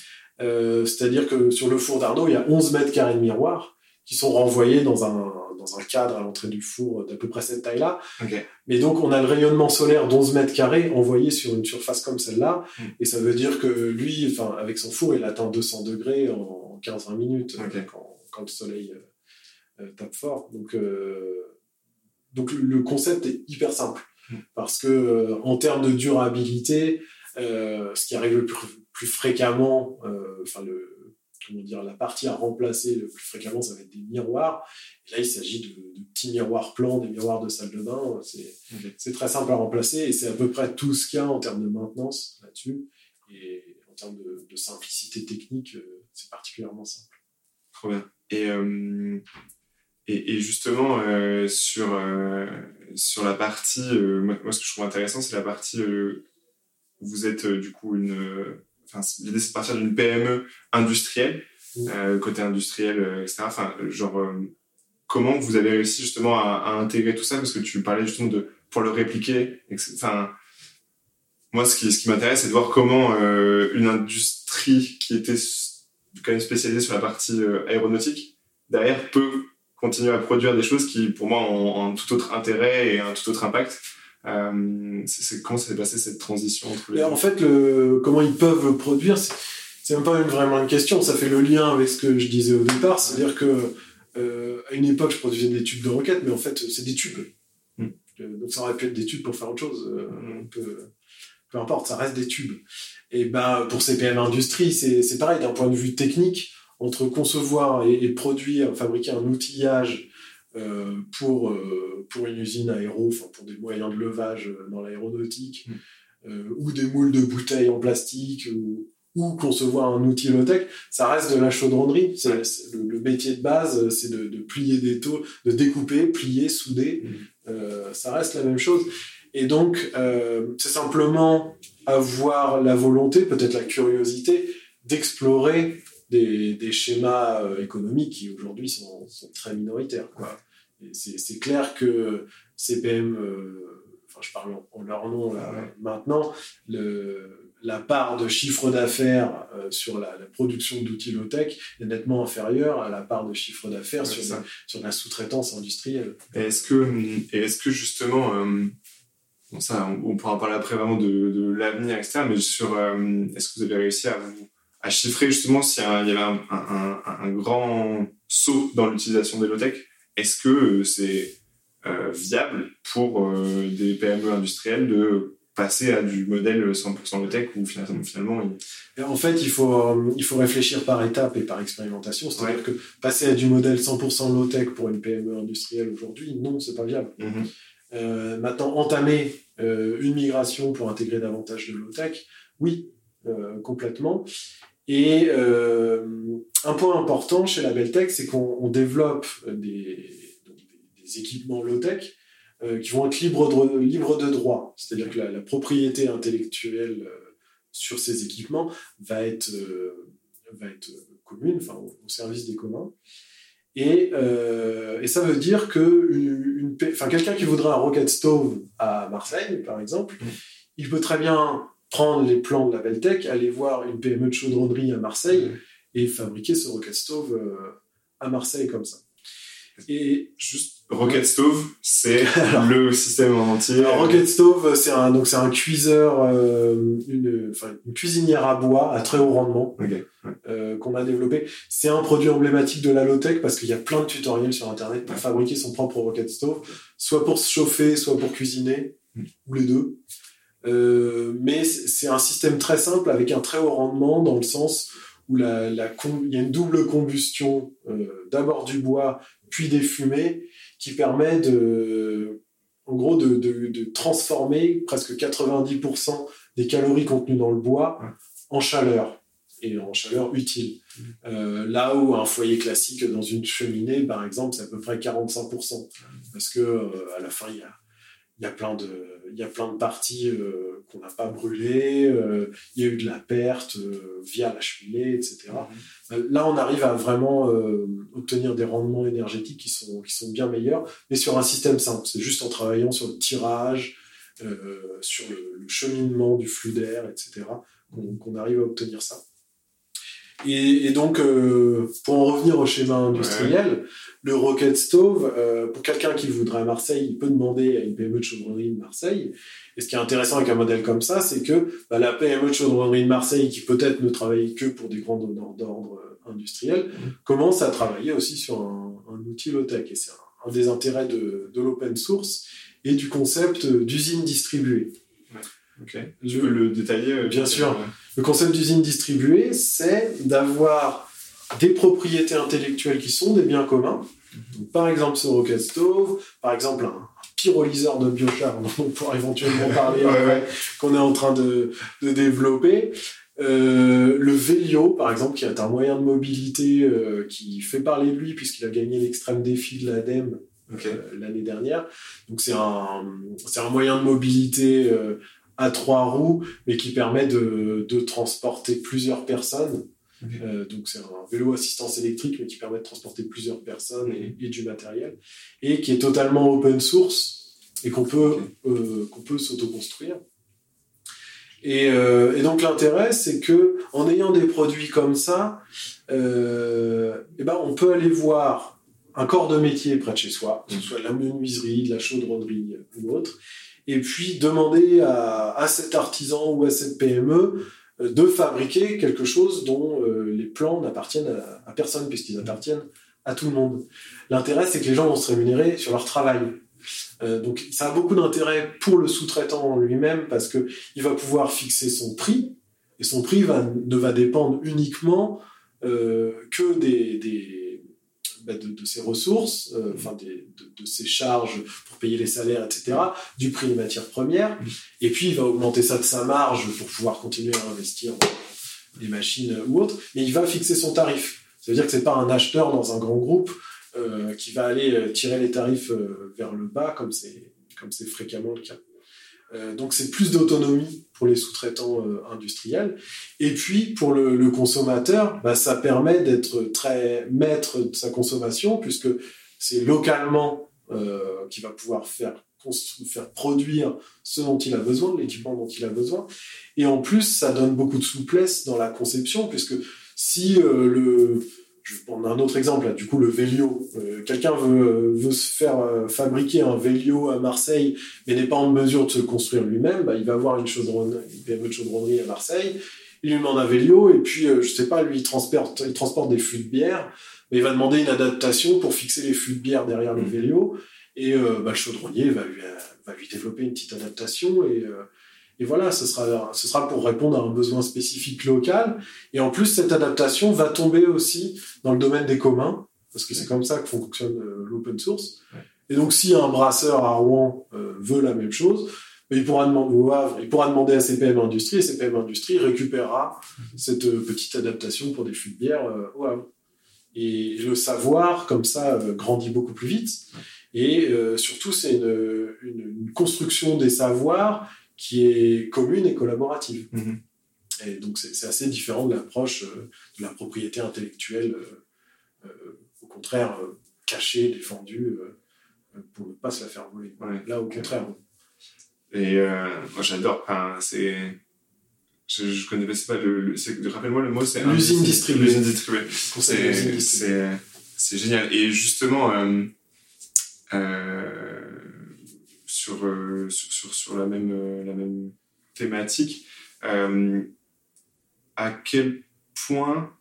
Euh, c'est-à-dire que sur le four d'Arnaud, il y a onze mètres carrés de miroirs qui sont renvoyés dans un, dans un cadre à l'entrée du four d'à peu près cette taille-là. Okay. Mais donc, on a le rayonnement solaire d'onze mètres carrés envoyé sur une surface comme celle-là. Mm. Et ça veut dire que lui, enfin, avec son four, il atteint deux cents degrés en quinze à vingt minutes okay. quand, quand le soleil euh, tape fort. Donc, euh, donc, le concept est hyper simple. Mm. Parce que, euh, en termes de durabilité, euh, ce qui arrive le plus plus fréquemment, euh, enfin le, comment dire, la partie à remplacer le plus fréquemment, ça va être des miroirs. Et là, il s'agit de, de petits miroirs plans, des miroirs de salle de bain. C'est, okay. c'est très simple à remplacer et c'est à peu près tout ce qu'il y a en termes de maintenance là-dessus. Et en termes de, de simplicité technique, euh, c'est particulièrement simple. Trop bien. Et, euh, et, et justement, euh, sur, euh, sur la partie, euh, moi, ce que je trouve intéressant, c'est la partie euh, où vous êtes euh, du coup une... Euh, Enfin, l'idée, c'est de partir d'une P M E industrielle, mmh. euh, côté industriel, euh, et cetera. Enfin, genre, euh, comment vous avez réussi justement à, à intégrer tout ça? Parce que tu parlais justement de pour le répliquer. Enfin, moi, ce qui, ce qui m'intéresse, c'est de voir comment euh, une industrie qui était quand même spécialisée sur la partie euh, aéronautique, derrière, peut continuer à produire des choses qui, pour moi, ont, ont un tout autre intérêt et un tout autre impact. Euh, c'est, c'est, comment s'est passée cette transition entre les en fait, le, comment ils peuvent le produire, c'est, c'est même pas une, vraiment une question. Ça fait le lien avec ce que je disais au départ, c'est-à-dire que euh, à une époque, je produisais des tubes de roquettes, mais en fait, c'est des tubes. Donc ça aurait pu être des tubes pour faire autre chose. Euh, peu, peu importe, ça reste des tubes. Et ben pour C P M Industrie, c'est, c'est pareil d'un point de vue technique, entre concevoir et, et produire, fabriquer un outillage euh, pour euh, pour une usine aéro, enfin pour des moyens de levage dans l'aéronautique, mmh. euh, ou des moules de bouteilles en plastique, ou ou concevoir un outil low-tech, ça reste de la chaudronnerie. C'est, c'est le, le métier de base, c'est de, de plier des taux, de découper, plier, souder. Mmh. Euh, ça reste la même chose. Et donc, euh, c'est simplement avoir la volonté, peut-être la curiosité, d'explorer des, des schémas euh, économiques qui aujourd'hui sont, sont très minoritaires, quoi. Et c'est, c'est clair que C P M, euh, enfin je parle en, en leur nom là, ouais. maintenant, le la part de chiffre d'affaires euh, sur la, la production d'outils low-tech est nettement inférieure à la part de chiffre d'affaires ouais, sur, la, sur la sous-traitance industrielle. Et est-ce que, et est-ce que justement, euh, bon ça, on, on pourra en parler après vraiment de, de l'avenir, et cetera, mais sur, euh, est-ce que vous avez réussi à, à chiffrer justement s'il y avait un, un, un, un grand saut dans l'utilisation des low-tech? Est-ce que euh, c'est euh, viable pour euh, des P M E industrielles de passer à du modèle cent pour cent low-tech ou finalement, finalement il... En fait, il faut, euh, il faut réfléchir par étapes et par expérimentation. C'est-à-dire ouais. que passer à du modèle cent pour cent low-tech pour une P M E industrielle aujourd'hui, non, c'est pas viable. Mm-hmm. Euh, maintenant, entamer euh, une migration pour intégrer davantage de low-tech, oui, euh, complètement. Et euh, un point important chez Labeltech, c'est qu'on on développe des, donc des, des équipements low-tech Euh, qui vont être libres de, libres de droit. C'est-à-dire que la, la propriété intellectuelle euh, sur ces équipements va être, euh, va être commune, enfin, au, au service des communs. Et, euh, et ça veut dire que une, une, enfin, quelqu'un qui voudrait un rocket stove à Marseille, par exemple, mmh. il peut très bien prendre les plans de Labeltech, aller voir une P M E de chaudronnerie à Marseille mmh. et fabriquer ce rocket stove euh, à Marseille comme ça. Et juste Rocket Stove, c'est alors, le système en entier. Alors, Rocket Stove, c'est un donc c'est un cuiseur, euh, une enfin une cuisinière à bois à très haut rendement okay. ouais. euh, qu'on a développé. C'est un produit emblématique de la low-tech parce qu'il y a plein de tutoriels sur internet pour ouais. fabriquer son propre Rocket Stove, soit pour se chauffer, soit pour cuisiner, mm. ou les deux. Euh, mais c'est un système très simple avec un très haut rendement dans le sens où la la il y a une double combustion, euh, d'abord du bois puis des fumées, qui permet de, en gros, de, de, de transformer presque quatre-vingt-dix pour cent des calories contenues dans le bois ouais. en chaleur, et en chaleur utile. Mmh. Euh, là où un foyer classique dans une cheminée, par exemple, c'est à peu près quarante-cinq pour cent. Parce que, euh, à la fin, il y a, il y a plein de, il y a plein de parties euh, qu'on n'a pas brûlées, euh, il y a eu de la perte euh, via la cheminée, et cetera. Mmh. Euh, là, on arrive à vraiment euh, obtenir des rendements énergétiques qui sont, qui sont bien meilleurs, mais sur un système simple. C'est juste en travaillant sur le tirage, euh, sur le, le cheminement du flux d'air, et cetera, qu'on, qu'on arrive à obtenir ça. Et, et donc, euh, pour en revenir au schéma industriel, ouais. le Rocket Stove, euh, pour quelqu'un qui voudrait à Marseille, il peut demander à une P M E de chaudronnerie de Marseille. Et ce qui est intéressant avec un modèle comme ça, c'est que bah, la P M E de chaudronnerie de Marseille, qui peut-être ne travaille que pour des grands donneurs d'ordre euh, industriels, mmh. commence à travailler aussi sur un, un outil low-tech. Et c'est un, un des intérêts de, de l'open source et du concept d'usine distribuée. Ouais. Ok. Tu peux le détailler euh, Bien sûr. Ouais. Le concept d'usine distribuée, c'est d'avoir des propriétés intellectuelles qui sont des biens communs. Donc, par exemple, ce Rocket Stove, par exemple, un pyrolyseur de biochar, dont on pourra éventuellement parler ouais, après, ouais. qu'on est en train de, de développer. Euh, le Vélio, par exemple, qui est un moyen de mobilité euh, qui fait parler de lui puisqu'il a gagné l'extrême défi de l'ADEME okay. euh, l'année dernière. Donc, c'est un, c'est un moyen de mobilité euh, à trois roues, mais qui permet de, de transporter plusieurs personnes. Okay. Euh, donc c'est un vélo assistance électrique, mais qui permet de transporter plusieurs personnes et, et du matériel, et qui est totalement open source et qu'on peut, okay. euh, qu'on peut s'autoconstruire. Et, euh, et donc l'intérêt, c'est que en ayant des produits comme ça, euh, et ben on peut aller voir un corps de métier près de chez soi, que ce soit de la menuiserie, de la chaudronnerie ou autre, et puis demander à, à cet artisan ou à cette P M E de fabriquer quelque chose dont euh, les plans n'appartiennent à, à personne, puisqu'ils appartiennent à tout le monde. L'intérêt, c'est que les gens vont se rémunérer sur leur travail. Euh, donc ça a beaucoup d'intérêt pour le sous-traitant lui-même parce que il va pouvoir fixer son prix et son prix va, ne va dépendre uniquement euh, que des, des bah de, de ses ressources, euh, enfin des, de, de ses charges pour payer les salaires, et cetera, du prix des matières premières. Et puis il va augmenter ça de sa marge pour pouvoir continuer à investir dans des machines ou autres. Mais il va fixer son tarif. Ça veut dire que c'est pas un acheteur dans un grand groupe Euh, qui va aller euh, tirer les tarifs euh, vers le bas, comme c'est, comme c'est fréquemment le cas. Euh, donc c'est plus d'autonomie pour les sous-traitants euh, industriels. Et puis pour le, le consommateur, bah, ça permet d'être très maître de sa consommation, puisque c'est localement euh, qu'il va pouvoir faire, constru- faire produire ce dont il a besoin, l'équipement dont il a besoin. Et en plus, ça donne beaucoup de souplesse dans la conception, puisque si euh, le... Je vais prendre un autre exemple, là, du coup, le Vélio. Euh, quelqu'un veut, veut se faire euh, fabriquer un Vélio à Marseille, mais n'est pas en mesure de se le construire lui-même. Bah, il va avoir une chaudronnerie, une P M E de chaudronnerie à Marseille. Il lui demande un Vélio, et puis, euh, je sais pas, lui, il transporte, il transporte des fûts de bière, mais il va demander une adaptation pour fixer les fûts de bière derrière le Vélio. Et euh, bah, le chaudronnier va lui, va lui développer une petite adaptation, et... Euh, Et voilà, ce sera, ce sera pour répondre à un besoin spécifique local. Et en plus, cette adaptation va tomber aussi dans le domaine des communs, parce que c'est comme ça que fonctionne euh, l'open source. Ouais. Et donc, si un brasseur à Rouen euh, veut la même chose, il pourra demander au Havre, il pourra demander à C P M Industrie, et C P M Industrie récupérera mmh. cette euh, petite adaptation pour des fûts de bière euh, au Havre. Et le savoir, comme ça, euh, grandit beaucoup plus vite. Et euh, surtout, c'est une, une, une construction des savoirs qui est commune et collaborative. Mmh. Et donc, c'est, c'est assez différent de l'approche euh, de la propriété intellectuelle, euh, euh, au contraire, euh, cachée, défendue, euh, pour ne pas se la faire voler. Ouais. Là, au contraire. Et euh, moi, j'adore. Enfin, c'est... Je, je connais pas, c'est pas le... le c'est, rappelle-moi le mot, c'est... L'usine distribuée. L'usine distribuée. C'est, l'usine distribuée. C'est, c'est génial. Et justement... Euh, euh, Sur, euh, sur, sur, sur la, même, euh, la même thématique, euh, à quel point,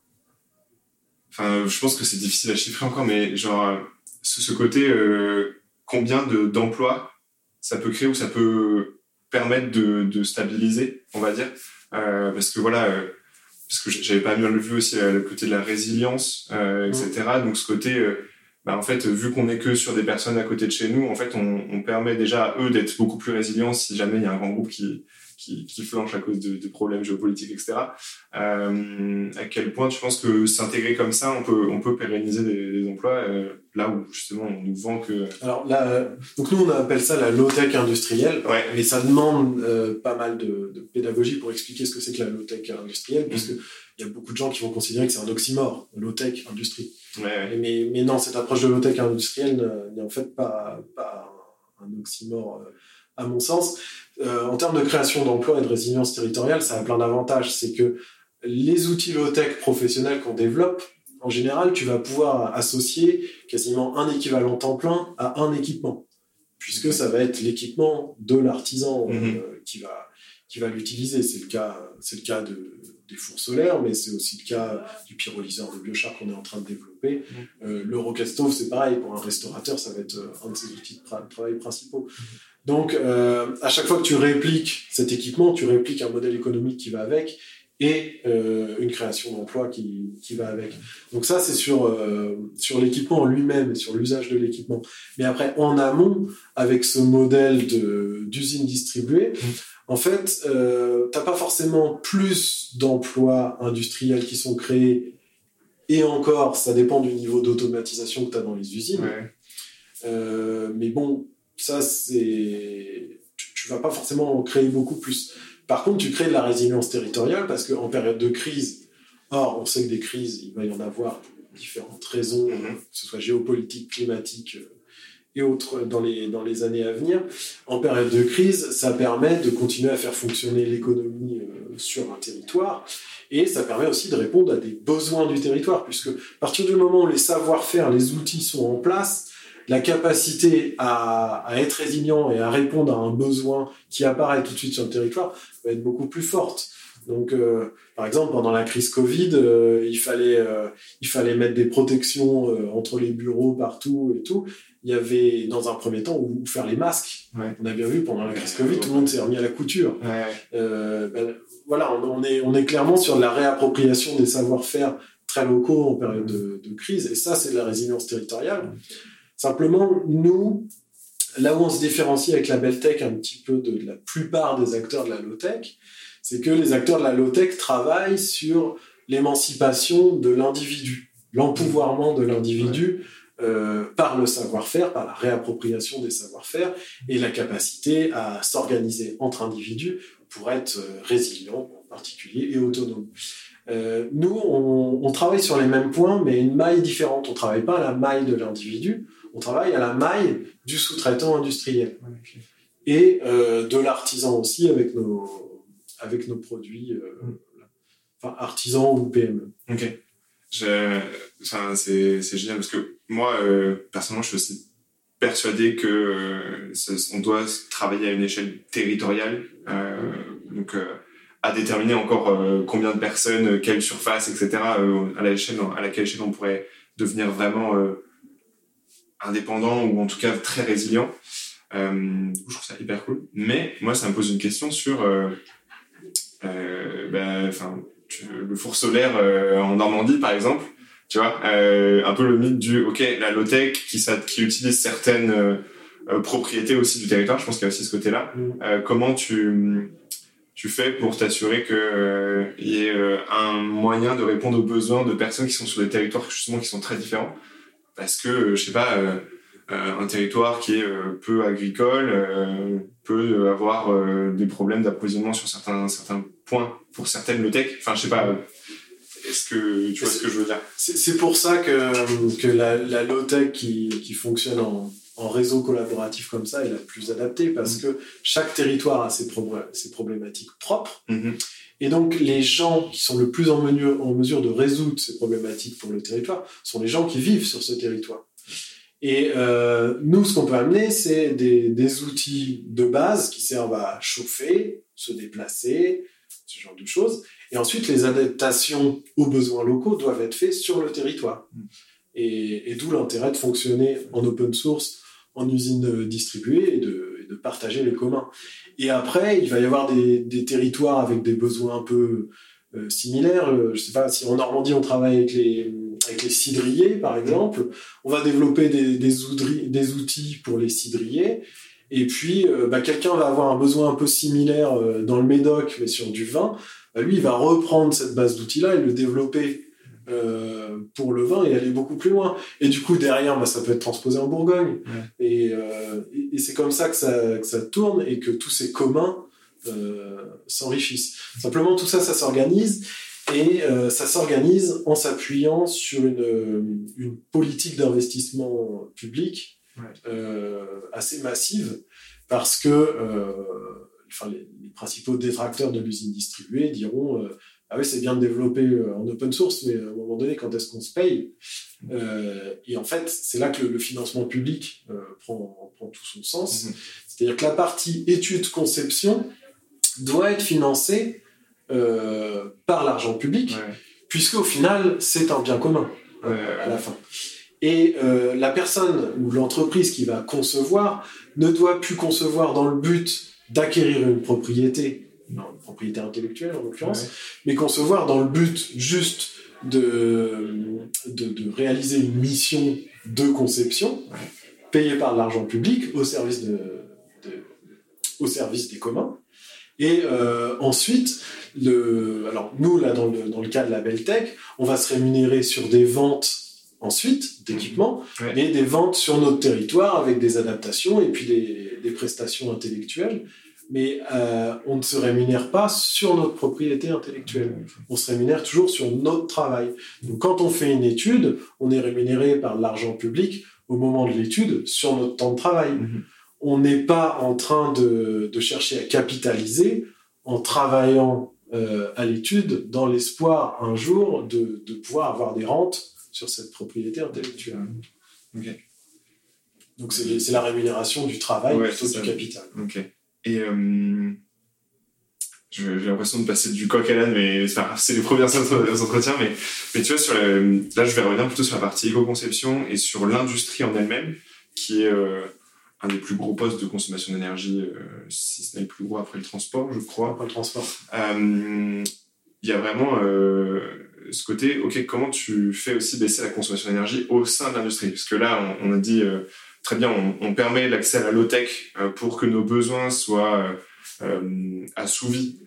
enfin, je pense que c'est difficile à chiffrer encore, mais genre, ce, ce côté, euh, combien de, d'emplois ça peut créer ou ça peut permettre de, de stabiliser, on va dire, euh, parce que voilà, euh, parce que j'avais pas bien vu aussi euh, le côté de la résilience, euh, et cetera. Donc ce côté... Euh, Bah en fait, vu qu'on n'est que sur des personnes à côté de chez nous, en fait, on, on permet déjà à eux d'être beaucoup plus résilients si jamais il y a un grand groupe qui, qui, qui flanche à cause de, de problèmes géopolitiques, et cetera. Euh, à quel point tu penses que s'intégrer comme ça, on peut, on peut pérenniser des, des emplois euh, là où justement on nous vend que... Alors là, euh, donc nous on appelle ça la low-tech industrielle, ouais. mais ça demande euh, pas mal de, de pédagogie pour expliquer ce que c'est que la low-tech industrielle, mmh. puisque il y a beaucoup de gens qui vont considérer que c'est un oxymore, low-tech industrie. Ouais, ouais. Mais, mais non, cette approche de low-tech industrielle n'est en fait pas, pas un oxymore euh, à mon sens. Euh, en termes de création d'emplois et de résilience territoriale, ça a plein d'avantages. C'est que les outils low-tech professionnels qu'on développe, en général, tu vas pouvoir associer quasiment un équivalent temps plein à un équipement, puisque ça va être l'équipement de l'artisan euh, mmh. qui va, qui va l'utiliser. C'est le cas, c'est le cas de... des fours solaires, mais c'est aussi le cas du pyrolyseur de biochar qu'on est en train de développer. Mmh. Euh, le rocket stove, c'est pareil, pour un restaurateur, ça va être un de ses outils de tra- travail principaux. Mmh. Donc, euh, à chaque fois que tu répliques cet équipement, tu répliques un modèle économique qui va avec et euh, une création d'emploi qui, qui va avec. Donc ça, c'est sur, euh, sur l'équipement en lui-même et sur l'usage de l'équipement. Mais après, en amont, avec ce modèle de, d'usine distribuée, mmh. en fait, euh, t'as pas forcément plus d'emplois industriels qui sont créés, et encore, ça dépend du niveau d'automatisation que t'as dans les usines. Ouais. Euh, mais bon, ça, c'est... Tu, tu vas pas forcément en créer beaucoup plus. Par contre, tu crées de la résilience territoriale, parce qu'en période de crise, or, on sait que des crises, il va y en avoir pour différentes raisons, mm-hmm. que ce soit géopolitique, climatique, et autres dans les, dans les années à venir. En période de crise, ça permet de continuer à faire fonctionner l'économie euh, sur un territoire, et ça permet aussi de répondre à des besoins du territoire, puisque à partir du moment où les savoir-faire, les outils sont en place, la capacité à, à être résilient et à répondre à un besoin qui apparaît tout de suite sur le territoire va être beaucoup plus forte. Donc, euh, par exemple, pendant la crise Covid, euh, il fallait, euh, il fallait mettre des protections euh, entre les bureaux partout et tout. il y avait dans un premier temps où faire les masques. Ouais. On a bien vu pendant la crise Covid, ouais. tout le monde s'est remis à la couture. Ouais. Euh, ben, voilà, on, on, est, on est clairement sur de la réappropriation des savoir-faire très locaux en période de, de crise, et ça, c'est de la résilience territoriale. Simplement, nous, là où on se différencie avec la Beltech un petit peu de, de la plupart des acteurs de la low-tech, c'est que les acteurs de la low-tech travaillent sur l'émancipation de l'individu, l'empouvoirment de l'individu ouais. euh, par le savoir-faire, par la réappropriation des savoir-faire et la capacité à s'organiser entre individus pour être résilient en particulier et autonome. Euh, nous, on, on travaille sur les mêmes points, mais une maille différente. On ne travaille pas à la maille de l'individu, on travaille à la maille du sous-traitant industriel. Okay. Et euh, de l'artisan aussi, avec nos, avec nos produits, euh, mm. enfin, artisans ou P M E. Ok. Je, enfin, c'est, c'est génial, parce que moi, euh, personnellement, je suis aussi persuadé que euh, on doit travailler à une échelle territoriale, euh, donc euh, à déterminer encore euh, combien de personnes, quelle surface, et cetera. Euh, à l'échelle à laquelle échelle on pourrait devenir vraiment euh, indépendant ou en tout cas très résilient. Euh, du coup, je trouve ça hyper cool. Mais moi, ça me pose une question sur, euh, euh, ben, enfin, le four solaire euh, en Normandie, par exemple. Tu vois, euh, un peu le mythe du, ok, la low-tech qui, ça, qui utilise certaines euh, euh, propriétés aussi du territoire. Je pense qu'il y a aussi ce côté-là. Mm. Euh, comment tu tu fais pour t'assurer qu'il euh, y ait euh, un moyen de répondre aux besoins de personnes qui sont sur des territoires justement qui sont très différents, parce que euh, je sais pas, euh, euh, un territoire qui est euh, peu agricole euh, peut avoir euh, des problèmes d'approvisionnement sur certains certains points pour certaines low-tech. Enfin, je sais pas. Euh, Est-ce que tu vois ce que je veux dire ? C'est, c'est pour ça que que la, la low-tech qui qui fonctionne en en réseau collaboratif comme ça est la plus adaptée, parce mmh. que chaque territoire a ses, pro- ses problématiques propres. Mmh. Et donc, les gens qui sont le plus en mesure, en mesure de résoudre ces problématiques pour le territoire sont les gens qui vivent sur ce territoire. Et euh, nous, ce qu'on peut amener, c'est des, des outils de base qui servent à chauffer, se déplacer, ce genre de choses. Et ensuite, les adaptations aux besoins locaux doivent être faites sur le territoire. Mmh. Et, et d'où l'intérêt de fonctionner en open source, en usine distribuée, et de, et de partager les communs. Et après, il va y avoir des, des territoires avec des besoins un peu euh, similaires. Euh, je sais pas, si en Normandie, on travaille avec les, avec les cidriers, par exemple, on va développer des, des, oudri, des outils pour les cidriers. Et puis, euh, bah, quelqu'un va avoir un besoin un peu similaire euh, dans le Médoc, mais sur du vin. Bah, lui, il va reprendre cette base d'outils-là et le développer Euh, pour le vin et aller beaucoup plus loin. Et du coup, derrière, bah, ça peut être transposé en Bourgogne. Ouais. Et, euh, et, et c'est comme ça que, ça que ça tourne et que tous ces communs euh, s'enrichissent. Simplement, tout ça, ça s'organise et euh, ça s'organise en s'appuyant sur une, une politique d'investissement public ouais. euh, assez massive, parce que euh, enfin, les, les principaux détracteurs de l'usine distribuée diront euh, ah oui, c'est bien de développer en open source, mais à un moment donné, quand est-ce qu'on se paye ? euh, Et en fait, c'est là que le, le financement public euh, prend, prend tout son sens. Mm-hmm. C'est-à-dire que la partie étude-conception doit être financée euh, par l'argent public, ouais. puisque au final, c'est un bien commun ouais, euh, à la fin. Et euh, la personne ou l'entreprise qui va concevoir ne doit plus concevoir dans le but d'acquérir une propriété, non, une propriété intellectuelle en l'occurrence, ouais. mais concevoir dans le but juste de, de, de réaliser une mission de conception ouais. payée par de l'argent public au service, de, de, au service des communs. Et euh, ensuite, le, alors nous, là, dans le, dans le cas de la Beltech, on va se rémunérer sur des ventes ensuite d'équipements, ouais. et des ventes sur notre territoire avec des adaptations et puis des, des prestations intellectuelles. Mais euh, on ne se rémunère pas sur notre propriété intellectuelle. On se rémunère toujours sur notre travail. Donc, quand on fait une étude, on est rémunéré par l'argent public au moment de l'étude sur notre temps de travail. Mm-hmm. On n'est pas en train de, de chercher à capitaliser en travaillant euh, à l'étude dans l'espoir un jour de, de pouvoir avoir des rentes sur cette propriété intellectuelle. Okay. Donc, c'est, c'est la rémunération du travail ouais, plutôt du capital. Ok. Et euh, j'ai l'impression de passer du coq à l'âne, mais c'est, pas, c'est les premiers entretiens. Mais, mais tu vois, sur le, là, je vais revenir plutôt sur la partie éco-conception et sur l'industrie en elle-même. qui est euh, un des plus gros postes de consommation d'énergie, euh, si ce n'est le plus gros après le transport, je crois. Après le transport. Euh, il y a vraiment euh, ce côté, ok, comment tu fais aussi baisser la consommation d'énergie au sein de l'industrie? Parce que là, on, on a dit, euh, très bien, on, on permet l'accès à la low-tech euh, pour que nos besoins soient euh, assouvis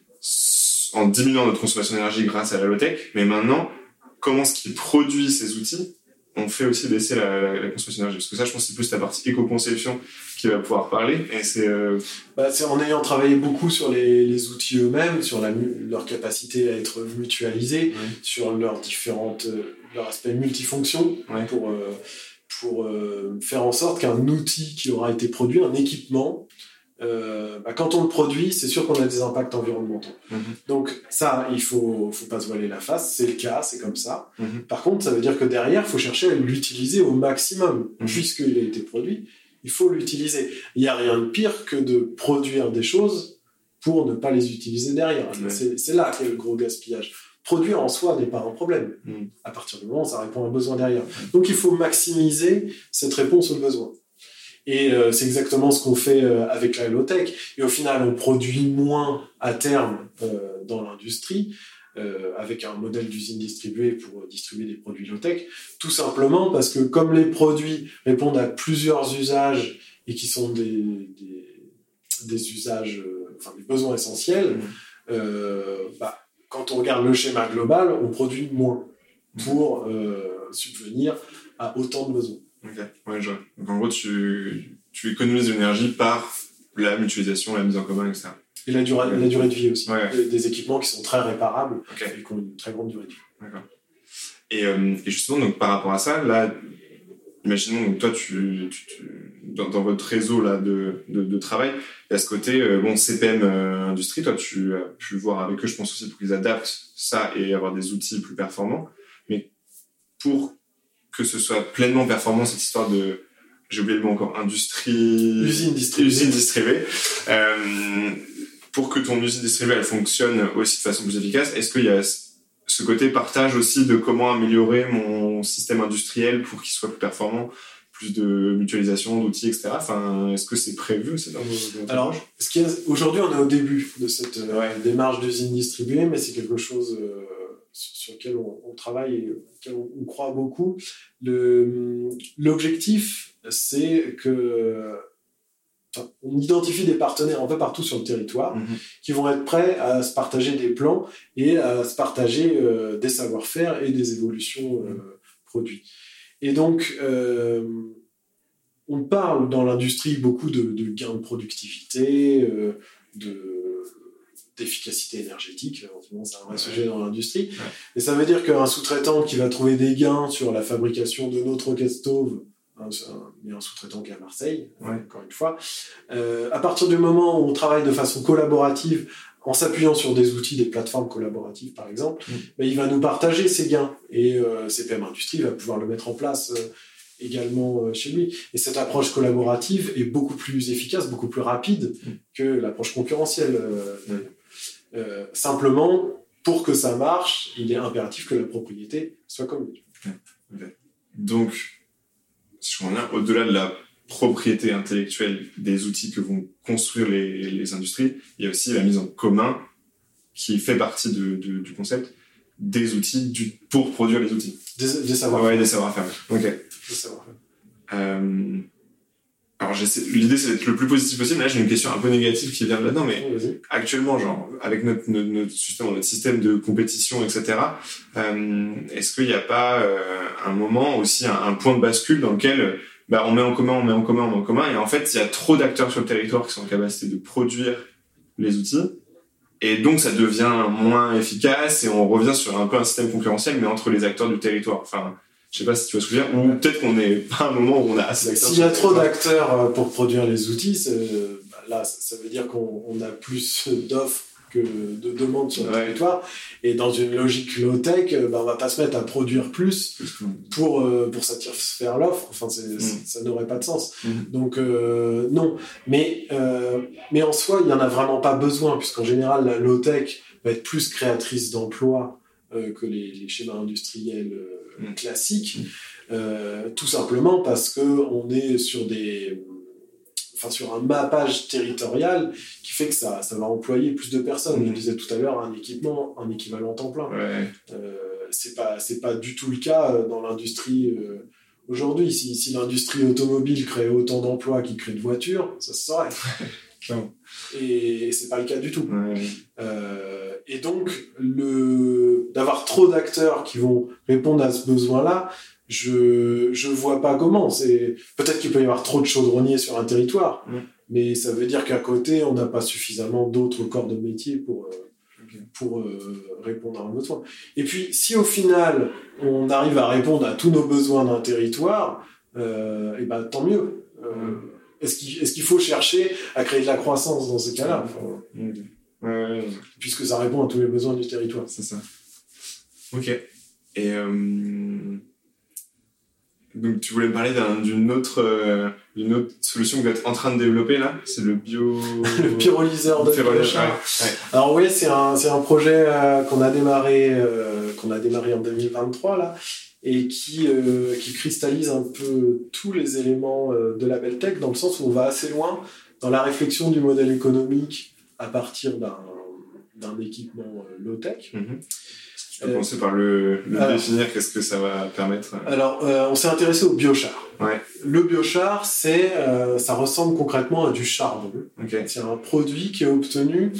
en diminuant notre consommation d'énergie grâce à la low-tech, mais maintenant, comment ce qui produit ces outils on fait aussi baisser la, la, la consommation d'énergie? Parce que ça, je pense que c'est plus la partie éco-conception qui va pouvoir parler. Et c'est, euh... bah, c'est en ayant travaillé beaucoup sur les, les outils eux-mêmes, sur la, leur capacité à être mutualisés, ouais. sur leurs différentes, leur aspect multifonction, ouais. pour, euh, pour euh, faire en sorte qu'un outil qui aura été produit, un équipement, Euh, bah, quand on le produit, c'est sûr qu'on a des impacts environnementaux. Mm-hmm. Donc ça, il faut, faut pas se voiler la face, c'est le cas, c'est comme ça. Mm-hmm. Par contre, ça veut dire que derrière, il faut chercher à l'utiliser au maximum. Mm-hmm. Puisqu'il a été produit, il faut l'utiliser. Il n'y a rien de pire que de produire des choses pour ne pas les utiliser derrière. Ouais. C'est, c'est là qu'est le gros gaspillage. Produire en soi n'est pas un problème. Mm-hmm. À partir du moment où ça répond à un besoin derrière. Donc il faut maximiser cette réponse au besoin. Et euh, c'est exactement ce qu'on fait euh, avec la low-tech. Et au final, on produit moins à terme euh, dans l'industrie, euh, avec un modèle d'usine distribuée pour distribuer des produits low-tech, tout simplement parce que comme les produits répondent à plusieurs usages et qui sont des, des, des usages, euh, enfin des besoins essentiels, euh, bah, quand on regarde le schéma global, on produit moins pour euh, subvenir à autant de besoins. Ok, ouais, je vois. Donc en gros, tu, tu économises de l'énergie par la mutualisation, la mise en commun, et cetera. Et la durée, ouais. la durée de vie aussi. Ouais. Des, des équipements qui sont très réparables okay. et qui ont une très grande durée de vie. D'accord. Et, euh, et justement, donc, par rapport à ça, là, imaginons, donc, toi, tu, tu, tu, dans, dans votre réseau là, de, de, de travail, il y a ce côté, euh, bon, C P M euh, Industrie, toi, tu as pu voir avec eux, je pense aussi, pour qu'ils adaptent ça et avoir des outils plus performants. Mais pour que ce soit pleinement performant, cette histoire de, j'ai oublié le mot encore, industrie... Usine distribuée. Usine distribuée. Euh, pour que ton usine distribuée, elle fonctionne aussi de façon plus efficace, est-ce qu'il y a ce côté partage aussi de comment améliorer mon système industriel pour qu'il soit plus performant, plus de mutualisation d'outils, et cetera. Enfin, est-ce que c'est prévu aussi dans vos... Alors, ce qui est, aujourd'hui, on est au début de cette euh, ouais. démarche d'usine distribuée, mais c'est quelque chose... Euh, sur lequel on, on travaille et auquel on, on croit beaucoup. Le, l'objectif, c'est que enfin, on identifie des partenaires un peu partout sur le territoire mmh. qui vont être prêts à se partager des plans et à se partager euh, des savoir-faire et des évolutions euh, mmh. produits. Et donc, euh, on parle dans l'industrie beaucoup de, de gains de productivité, euh, de d'efficacité énergétique, en ce moment c'est un vrai ouais. sujet dans l'industrie, ouais. et ça veut dire qu'un sous-traitant qui va trouver des gains sur la fabrication de notre roquette stove, hein, il y a un sous-traitant qui est à Marseille, ouais. hein, encore une fois, euh, à partir du moment où on travaille de façon collaborative, en s'appuyant sur des outils, des plateformes collaboratives par exemple, mmh. ben, il va nous partager ses gains, et euh, C P M Industrie va pouvoir le mettre en place euh, également euh, chez lui. Et cette approche collaborative est beaucoup plus efficace, beaucoup plus rapide mmh. que l'approche concurrentielle. Euh, mmh. Euh, simplement, pour que ça marche, il est impératif que la propriété soit commune. Okay. Donc, si je reviens au-delà de la propriété intellectuelle des outils que vont construire les, les industries, il y a aussi la mise en commun qui fait partie de, de, du concept des outils du, pour produire les outils. Des, des savoir-faire. Ouais, des savoir-faire. Ok. Des savoir-faire. Euh... Alors, l'idée, c'est d'être le plus positif possible. Là, j'ai une question un peu négative qui vient de là-dedans, mais oui, actuellement, genre, avec notre, notre, notre, justement, notre système de compétition, et cetera, euh, est-ce qu'il n'y a pas euh, un moment aussi, un, un point de bascule dans lequel bah, on met en commun, on met en commun, on met en commun, et en fait, il y a trop d'acteurs sur le territoire qui sont en capacité de produire les outils, et donc ça devient moins efficace, et on revient sur un peu un système concurrentiel, mais entre les acteurs du territoire. Enfin, je sais pas si tu vois ce que je veux dire, ou peut-être qu'on n'est pas à un moment où on a assez d'acteurs. S'il y a trop d'acteurs pour produire les outils, c'est, bah là, ça veut dire qu'on on a plus d'offres que de demandes sur le ouais. territoire. Et dans une logique low-tech, bah, on va pas se mettre à produire plus pour, euh, pour satisfaire l'offre. Enfin, c'est, mm. c'est, ça n'aurait pas de sens. Mm. Donc, euh, non. Mais, euh, mais en soi, il y en a vraiment pas besoin, puisqu'en général, la low-tech va être plus créatrice d'emplois euh, que les, les schémas industriels euh, mmh. classiques. Mmh. Euh, tout simplement parce qu'on est sur des... Enfin, sur un mappage territorial qui fait que ça, ça va employer plus de personnes. Mmh. Je disais tout à l'heure, un équipement, un équivalent temps plein. Ouais. Euh, c'est pas, c'est pas du tout le cas dans l'industrie euh, aujourd'hui. Si, si l'industrie automobile crée autant d'emplois qu'il crée de voitures, ça se saurait. Et c'est pas le cas du tout. Ouais. Euh, et donc, le, d'avoir trop d'acteurs qui vont répondre à ce besoin-là, je je vois pas comment. C'est peut-être qu'il peut y avoir trop de chaudronniers sur un territoire, mmh. mais ça veut dire qu'à côté on n'a pas suffisamment d'autres corps de métier pour euh, okay. pour euh, répondre à un besoin. Et puis si au final on arrive à répondre à tous nos besoins d'un territoire, euh, et ben tant mieux. Euh, mmh. Est-ce qu'il est-ce qu'il faut chercher à créer de la croissance dans ces cas-là, enfin, mmh. ouais, ouais. puisque ça répond à tous les besoins du territoire. C'est ça. Ok. Et euh... donc tu voulais me parler d'un, d'une autre euh, d'une autre solution que vous êtes en train de développer là, c'est le bio le pyrolyseur de biochar. Ouais, ouais. Alors oui, c'est un c'est un projet euh, qu'on a démarré euh, qu'on a démarré en deux mille vingt-trois là et qui euh, qui cristallise un peu tous les éléments euh, de la belle tech dans le sens où on va assez loin dans la réflexion du modèle économique à partir d'un d'un équipement euh, low tech. Mm-hmm. Tu peux commencer par le, le alors, définir, qu'est-ce que ça va permettre? Alors, euh, on s'est intéressé au biochar. Ouais. Le biochar, c'est, euh, ça ressemble concrètement à du charbon. Okay. C'est un produit qui est obtenu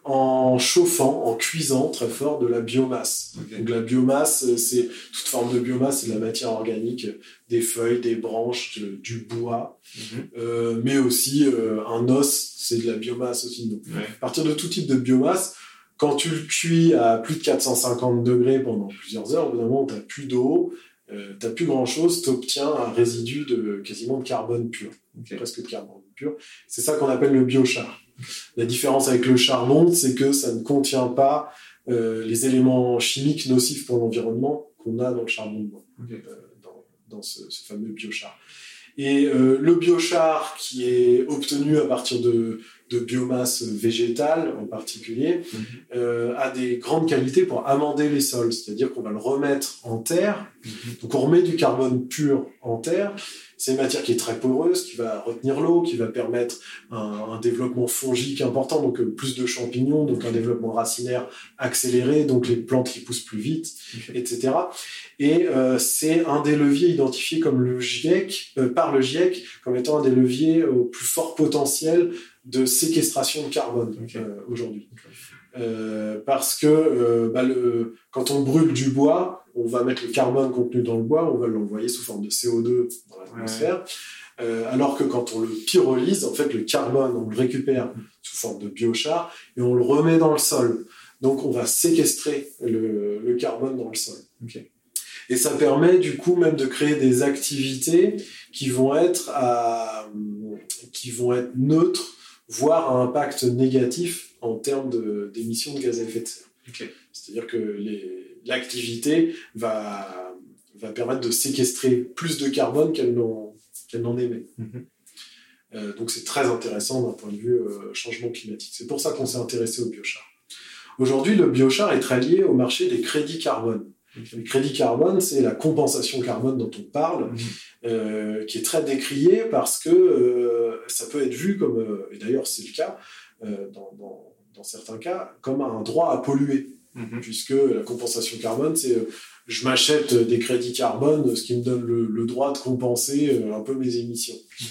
en chauffant, en cuisant très fort de la biomasse. Okay. Donc la biomasse, c'est toute forme de biomasse, c'est de la matière organique, des feuilles, des branches, de, du bois, mm-hmm. euh, mais aussi euh, un os, c'est de la biomasse aussi. Donc, ouais. À partir de tout type de biomasse, quand tu le cuis à plus de quatre cent cinquante degrés pendant plusieurs heures, au bout d'un moment, tu n'as plus d'eau, euh, tu n'as plus grand-chose, tu obtiens un résidu de quasiment de carbone pur, okay. presque de carbone pur. C'est ça qu'on appelle le biochar. La différence avec le charbon, c'est que ça ne contient pas euh, les éléments chimiques nocifs pour l'environnement qu'on a dans le charbon de bois, okay. euh, dans, dans ce, ce fameux biochar. Et euh, le biochar qui est obtenu à partir de, de biomasse végétale en particulier, mmh. euh, a des grandes qualités pour amender les sols, c'est-à-dire qu'on va le remettre en terre, mmh. donc on remet du carbone pur en terre. C'est une matière qui est très poreuse, qui va retenir l'eau, qui va permettre un, un développement fongique important, donc euh, plus de champignons, donc un développement racinaire accéléré, donc les plantes qui poussent plus vite, okay. et cetera. Et euh, c'est un des leviers identifiés comme le GIEC, euh, par le GIEC comme étant un des leviers au plus fort potentiel de séquestration de carbone okay. euh, aujourd'hui. Okay. Euh, parce que euh, bah, le, quand on brûle du bois, on va mettre le carbone contenu dans le bois, on va l'envoyer sous forme de C O deux dans l'atmosphère, ouais. euh, alors que quand on le pyrolyse, en fait le carbone, on le récupère sous forme de biochar et on le remet dans le sol. Donc on va séquestrer le, le carbone dans le sol. Okay. Et ça permet du coup même de créer des activités qui vont être, à, qui vont être neutres, voire à impact négatif en termes de, d'émissions de gaz à effet de serre. Okay. C'est-à-dire que les, l'activité va, va permettre de séquestrer plus de carbone qu'elle n'en, qu'elle n'en émet. Mm-hmm. Euh, donc c'est très intéressant d'un point de vue euh, changement climatique. C'est pour ça qu'on s'est intéressé au biochar. Aujourd'hui, le biochar est très lié au marché des crédits carbone. Okay. Les crédits carbone, c'est la compensation carbone dont on parle, mmh. euh, qui est très décriée parce que euh, ça peut être vu comme, euh, et d'ailleurs c'est le cas, euh, dans, dans, dans certains cas, comme un droit à polluer. Mmh. Puisque la compensation carbone, c'est euh, je m'achète des crédits carbone, ce qui me donne le, le droit de compenser euh, un peu mes émissions. Mmh.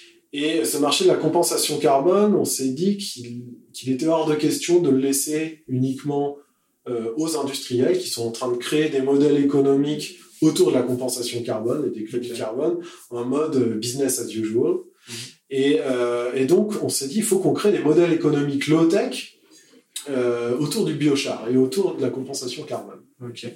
Et ce marché de la compensation carbone, on s'est dit qu'il, qu'il était hors de question de le laisser uniquement Euh, aux industriels qui sont en train de créer des modèles économiques autour de la compensation carbone et des crédits okay. carbone en mode business as usual. Mm-hmm. Et, euh, et donc, on s'est dit, il faut qu'on crée des modèles économiques low-tech euh, autour du biochar et autour de la compensation carbone. Okay.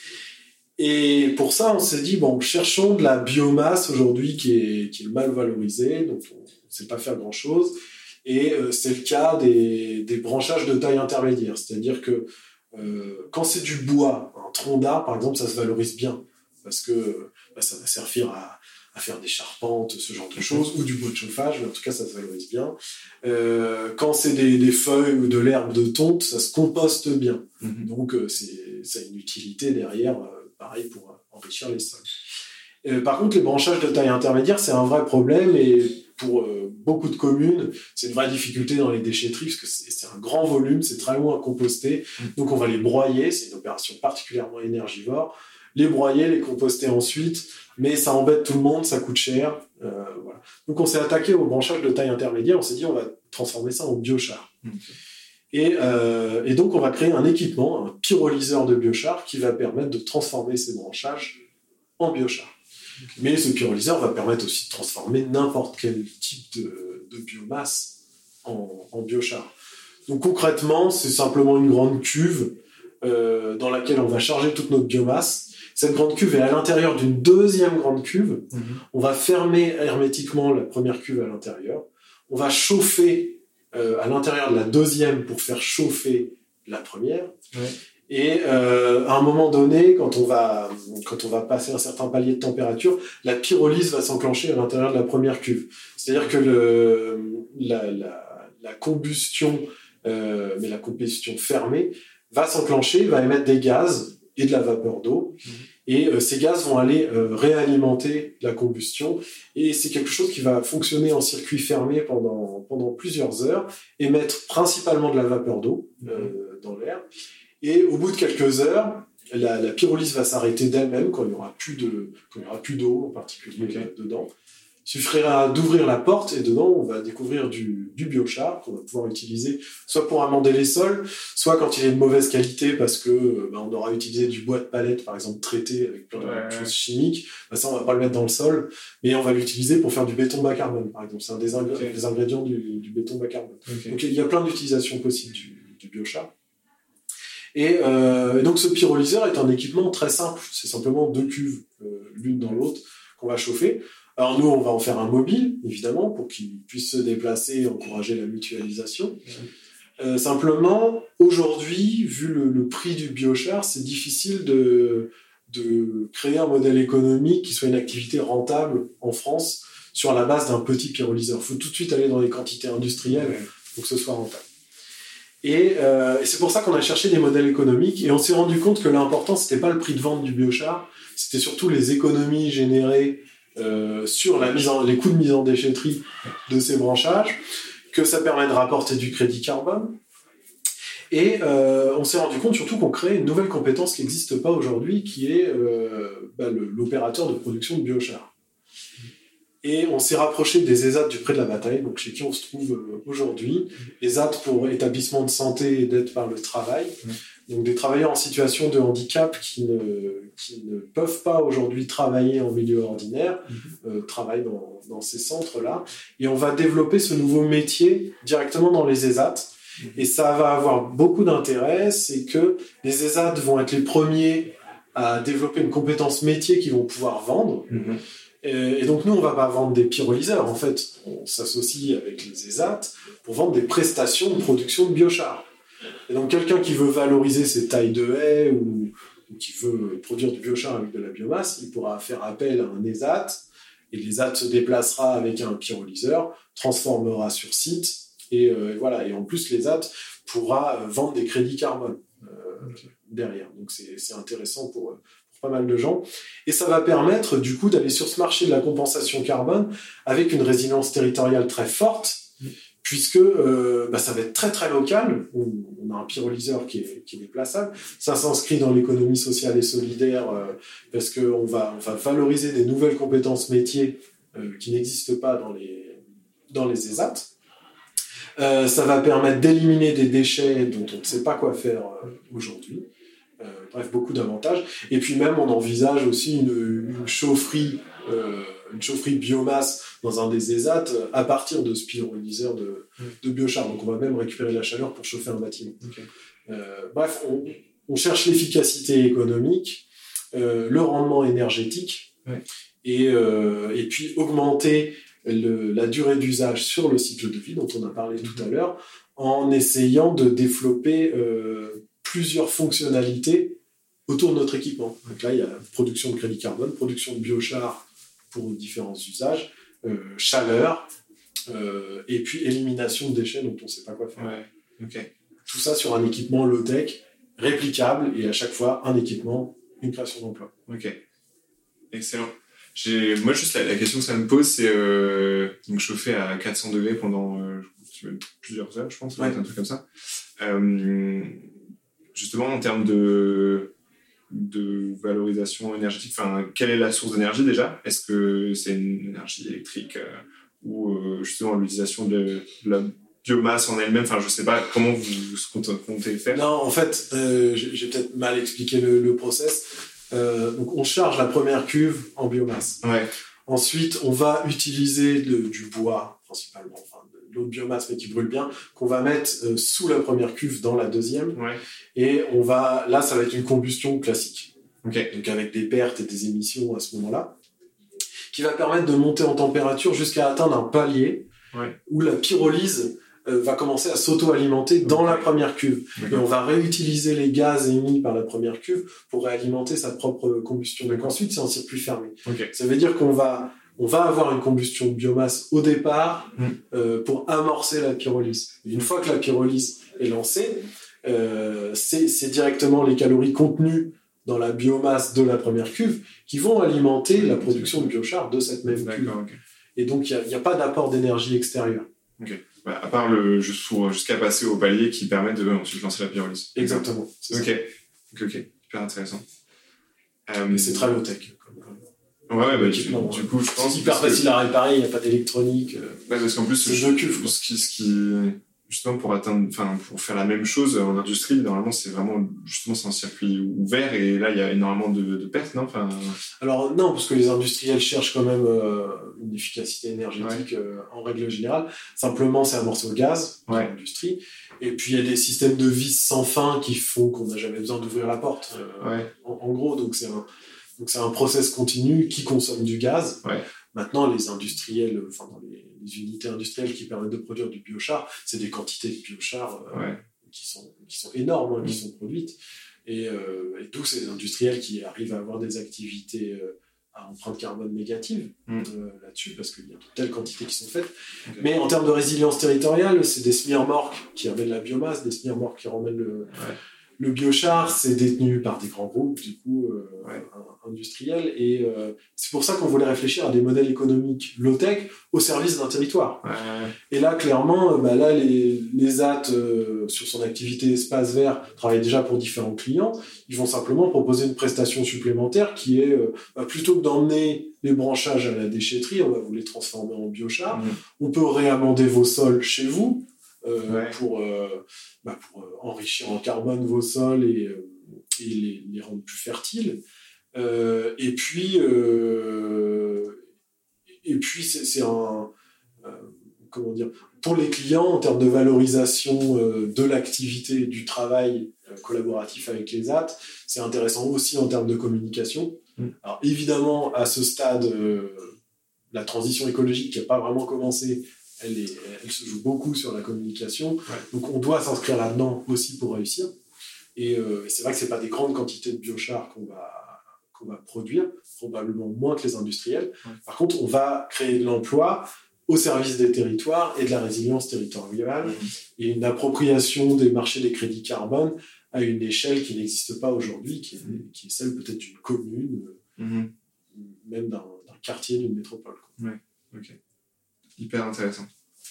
Et pour ça, on s'est dit, bon, cherchons de la biomasse aujourd'hui qui est, qui est mal valorisée, donc on ne sait pas faire grand-chose. Et euh, c'est le cas des, des branchages de taille intermédiaire, c'est-à-dire que Euh, quand c'est du bois, un tronc d'arbre par exemple, ça se valorise bien parce que bah, ça va servir à, à faire des charpentes, ce genre de choses, ou du bois de chauffage, mais en tout cas ça se valorise bien. Euh, quand c'est des, des feuilles ou de l'herbe de tonte, ça se composte bien. Mm-hmm. Donc euh, c'est, ça a une utilité derrière, euh, pareil pour euh, enrichir les sols. Euh, par contre, les branchages de taille intermédiaire, c'est un vrai problème et pour euh, beaucoup de communes, c'est une vraie difficulté dans les déchetteries parce que c'est, c'est un grand volume, c'est très loin à composter. Donc, on va les broyer. C'est une opération particulièrement énergivore. Les broyer, les composter ensuite, mais ça embête tout le monde, ça coûte cher. Euh, voilà. Donc, on s'est attaqué au branchage de taille intermédiaire. On s'est dit, on va transformer ça en biochar. Okay. Et, euh, et donc, on va créer un équipement, un pyrolyseur de biochar qui va permettre de transformer ces branchages en biochar. Okay. Mais ce pyrolyseur va permettre aussi de transformer n'importe quel type de, de biomasse en, en biochar. Donc, concrètement, c'est simplement une grande cuve euh, dans laquelle on va charger toute notre biomasse. Cette grande cuve est à l'intérieur d'une deuxième grande cuve. Mmh. On va fermer hermétiquement la première cuve à l'intérieur. On va chauffer Euh, à l'intérieur de la deuxième pour faire chauffer la première. Ouais. Et euh, à un moment donné, quand on va quand on va passer un certain palier de température, la pyrolyse va s'enclencher à l'intérieur de la première cuve. C'est-à-dire que le la la, la combustion, euh, mais la combustion fermée, va s'enclencher, va émettre des gaz et de la vapeur d'eau. Mmh. Et euh, ces gaz vont aller euh, réalimenter la combustion. Et c'est quelque chose qui va fonctionner en circuit fermé pendant, pendant plusieurs heures, émettre principalement de la vapeur d'eau euh, dans l'air. Et au bout de quelques heures, la, la pyrolyse va s'arrêter d'elle-même quand il n'y aura plus de, quand il y aura plus d'eau en particulier okay. dedans. Il suffira d'ouvrir la porte et dedans, on va découvrir du, du biochar qu'on va pouvoir utiliser soit pour amender les sols, soit quand il est de mauvaise qualité parce que ben, on aura utilisé du bois de palette, par exemple, traité avec plein ouais. de choses chimiques. Ben, ça, on va pas le mettre dans le sol, mais on va l'utiliser pour faire du béton bas carbone, par exemple. C'est un des, ingr- okay. des ingrédients du, du béton bas carbone. Okay. Donc, il y a plein d'utilisations possibles du, du biochar. Et, euh, et donc, ce pyrolyseur est un équipement très simple. C'est simplement deux cuves, euh, l'une dans l'autre, qu'on va chauffer. Alors nous, on va en faire un mobile, évidemment, pour qu'il puisse se déplacer et encourager la mutualisation. Euh, simplement, aujourd'hui, vu le, le prix du biochar, c'est difficile de, de créer un modèle économique qui soit une activité rentable en France sur la base d'un petit pyrolyseur. Il faut tout de suite aller dans les quantités industrielles pour que ce soit rentable. Et, euh, et c'est pour ça qu'on a cherché des modèles économiques et on s'est rendu compte que l'important, c'était pas le prix de vente du biochar, c'était surtout les économies générées Euh, sur la mise en, les coûts de mise en déchetterie de ces branchages, que ça permet de rapporter du crédit carbone. Et euh, on s'est rendu compte surtout qu'on crée une nouvelle compétence qui n'existe pas aujourd'hui, qui est euh, bah, le, l'opérateur de production de biochar. Et on s'est rapproché des E S A T du Pré de la Bataille, donc chez qui on se trouve euh, aujourd'hui. E S A T pour établissement de santé et d'aide par le travail. Donc des travailleurs en situation de handicap qui ne, qui ne peuvent pas aujourd'hui travailler en milieu ordinaire, mmh. euh, travaillent dans, dans ces centres-là. Et on va développer ce nouveau métier directement dans les E S A T. Mmh. Et ça va avoir beaucoup d'intérêt, c'est que les E S A T vont être les premiers à développer une compétence métier qu'ils vont pouvoir vendre. Mmh. Et, et donc nous, on va pas vendre des pyrolyseurs. En fait, on s'associe avec les E S A T pour vendre des prestations de production de biochar. Et donc, quelqu'un qui veut valoriser ses tailles de haies ou, ou qui veut produire du biochar avec de la biomasse, il pourra faire appel à un E S A T et l'E S A T se déplacera avec un pyrolyseur, transformera sur site et, euh, et voilà. Et en plus, l'E S A T pourra euh, vendre des crédits carbone euh, okay. derrière. Donc, c'est, c'est intéressant pour, pour pas mal de gens. Et ça va permettre, du coup, d'aller sur ce marché de la compensation carbone avec une résilience territoriale très forte. Mmh. Puisque euh, bah, ça va être très très local, on, on a un pyrolyseur qui est, qui est déplaçable, ça s'inscrit dans l'économie sociale et solidaire euh, parce qu'on va, on va valoriser des nouvelles compétences métiers euh, qui n'existent pas dans les, dans les E S A T. Euh, ça va permettre d'éliminer des déchets dont on ne sait pas quoi faire euh, aujourd'hui. Euh, bref, beaucoup d'avantages. Et puis même, on envisage aussi une, une chaufferie euh, une chaufferie biomasse dans un des E S A T à partir de ce pyrolyseur de, de biochar. Donc, on va même récupérer la chaleur pour chauffer un bâtiment. Okay. Euh, bref, on, on cherche l'efficacité économique, euh, le rendement énergétique ouais. et, euh, et puis augmenter le, la durée d'usage sur le cycle de vie dont on a parlé mmh. tout à l'heure en essayant de développer euh, plusieurs fonctionnalités autour de notre équipement. Donc là, il y a production de crédit carbone, production de biochar pour différents usages, euh, chaleur, euh, et puis élimination de déchets dont on ne sait pas quoi faire. Ouais. Okay. Tout ça sur un équipement low-tech, réplicable, et à chaque fois, un équipement, une création d'emploi. Ok, excellent. J'ai, moi, juste la, la question que ça me pose, c'est euh, donc chauffer à quatre cents degrés pendant euh, plusieurs heures, je pense, ouais. un truc comme ça. Euh, justement, en termes de, de valorisation énergétique, enfin, quelle est la source d'énergie déjà ? Est-ce que c'est une énergie électrique euh, ou euh, justement l'utilisation de, de la biomasse en elle-même ? Enfin, je sais pas comment vous, vous comptez faire. Non, en fait, euh, j'ai, j'ai peut-être mal expliqué le, le process. Euh, donc on charge la première cuve en biomasse. Ouais. Ensuite, on va utiliser de, du bois, principalement, enfin de l'autre biomasse, mais qui brûle bien, qu'on va mettre euh, sous la première cuve dans la deuxième. Ouais. Et on va, là, ça va être une combustion classique. Okay. Donc avec des pertes et des émissions à ce moment-là, qui va permettre de monter en température jusqu'à atteindre un palier ouais. où la pyrolyse euh, va commencer à s'auto-alimenter dans okay. la première cuve. Okay. Et on va réutiliser les gaz émis par la première cuve pour réalimenter sa propre combustion. Donc ensuite, c'est un circuit fermé. Okay. Ça veut dire qu'on va, on va avoir une combustion de biomasse au départ mm. euh, pour amorcer la pyrolyse. Et une fois que la pyrolyse est lancée, euh, c'est, c'est directement les calories contenues dans la biomasse de la première cuve qui vont alimenter la production de biochar de cette même cuve. Okay. Et donc, il n'y a, a pas d'apport d'énergie extérieure. Ok. Bah, à part le, jusqu'à passer au palier qui permet de ensuite lancer la pyrolyse. Exactement. C'est ok. Ça. Ok, ok. Hyper intéressant. Euh, Mais c'est très low-tech. Comme, comme... Ouais, ouais, bah, du, non, du coup, je pense... C'est hyper facile que... à réparer, il n'y a pas d'électronique. Euh... Ouais, parce qu'en plus, c'est deux cuves. Ce qui... Ce qui... Justement, pour atteindre, enfin, pour faire la même chose en industrie, normalement, c'est vraiment, justement, c'est un circuit ouvert et là, il y a énormément de, de pertes, non? Enfin... Alors, non, parce que les industriels cherchent quand même euh, une efficacité énergétique ouais. euh, en règle générale. Simplement, c'est amorcé au gaz dans ouais. l'industrie. Et puis, il y a des systèmes de vis sans fin qui font qu'on n'a jamais besoin d'ouvrir la porte. Euh, ouais. en, en gros, donc c'est un, donc c'est un process continu qui consomme du gaz. Ouais. Maintenant, les industriels, enfin, dans les, les unités industrielles qui permettent de produire du biochar, c'est des quantités de biochar euh, ouais. qui, sont, qui sont énormes, hein, mmh. qui sont produites. Et, euh, et d'où ces industriels qui arrivent à avoir des activités euh, à empreinte carbone négative mmh. euh, là-dessus, parce qu'il y a de telles quantités qui sont faites. Okay. Mais en termes de résilience territoriale, c'est des semi-remorques qui ramènent la biomasse, des semi-remorques qui ramènent le... Ouais. Le biochar, c'est détenu par des grands groupes, du coup, euh, ouais. industriels. Et euh, c'est pour ça qu'on voulait réfléchir à des modèles économiques low-tech au service d'un territoire. Ouais. Et là, clairement, bah là, les, les A T, euh, sur son activité espace vert, travaillent déjà pour différents clients. Ils vont simplement proposer une prestation supplémentaire qui est, euh, bah, plutôt que d'emmener les branchages à la déchetterie, on va vous les transformer en biochar. Mmh. On peut réamender vos sols chez vous. Euh, ouais. pour, euh, bah pour euh, enrichir en carbone vos sols et, euh, et les, les rendre plus fertiles. Euh, et puis, euh, et puis c'est, c'est un... Euh, comment dire, pour les clients, en termes de valorisation euh, de l'activité, du travail euh, collaboratif avec les A T, c'est intéressant aussi en termes de communication. Mmh. Alors évidemment, à ce stade, euh, la transition écologique qui n'a pas vraiment commencé, Elle, est, elle se joue beaucoup sur la communication. Ouais. Donc, on doit s'inscrire là-dedans aussi pour réussir. Et, euh, et c'est vrai que ce n'est pas des grandes quantités de biochar qu'on va, qu'on va produire, probablement moins que les industriels. Ouais. Par contre, on va créer de l'emploi au service des territoires et de la résilience territoriale mmh. et une appropriation des marchés des crédits carbone à une échelle qui n'existe pas aujourd'hui, qui est, mmh. qui est celle peut-être d'une commune, mmh. même d'un, d'un quartier, d'une métropole. Oui, ok. Hyper intéressant.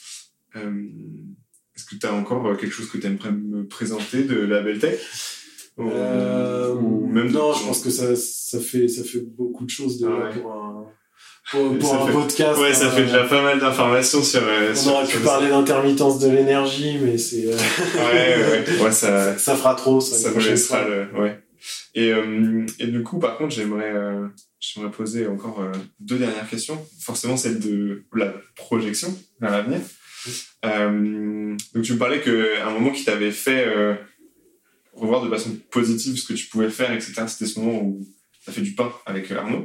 Euh, est-ce que tu as encore quelque chose que tu aimerais me présenter de la Labeltech ou, euh, ou même Non, de... je pense que ça, ça, fait, ça fait beaucoup de choses déjà ah ouais. pour un, pour, pour un fait, podcast. Ouais, ça hein, fait déjà pas mal d'informations sur... On sur, aurait sur pu parler ça. D'intermittence de l'énergie, mais c'est... Euh... ouais, ouais, ouais, ça... ça... Ça fera trop, ça. Ça vous laissera le... Ouais. Et, euh, et du coup, par contre, j'aimerais... Euh... J'aimerais poser encore euh, deux dernières questions. Forcément, celle de la projection vers l'avenir. Oui. Euh, donc, tu me parlais qu'à un moment qui t'avait fait euh, revoir de façon positive ce que tu pouvais faire, et cetera. C'était ce moment où tu as fait du pain avec Arnaud.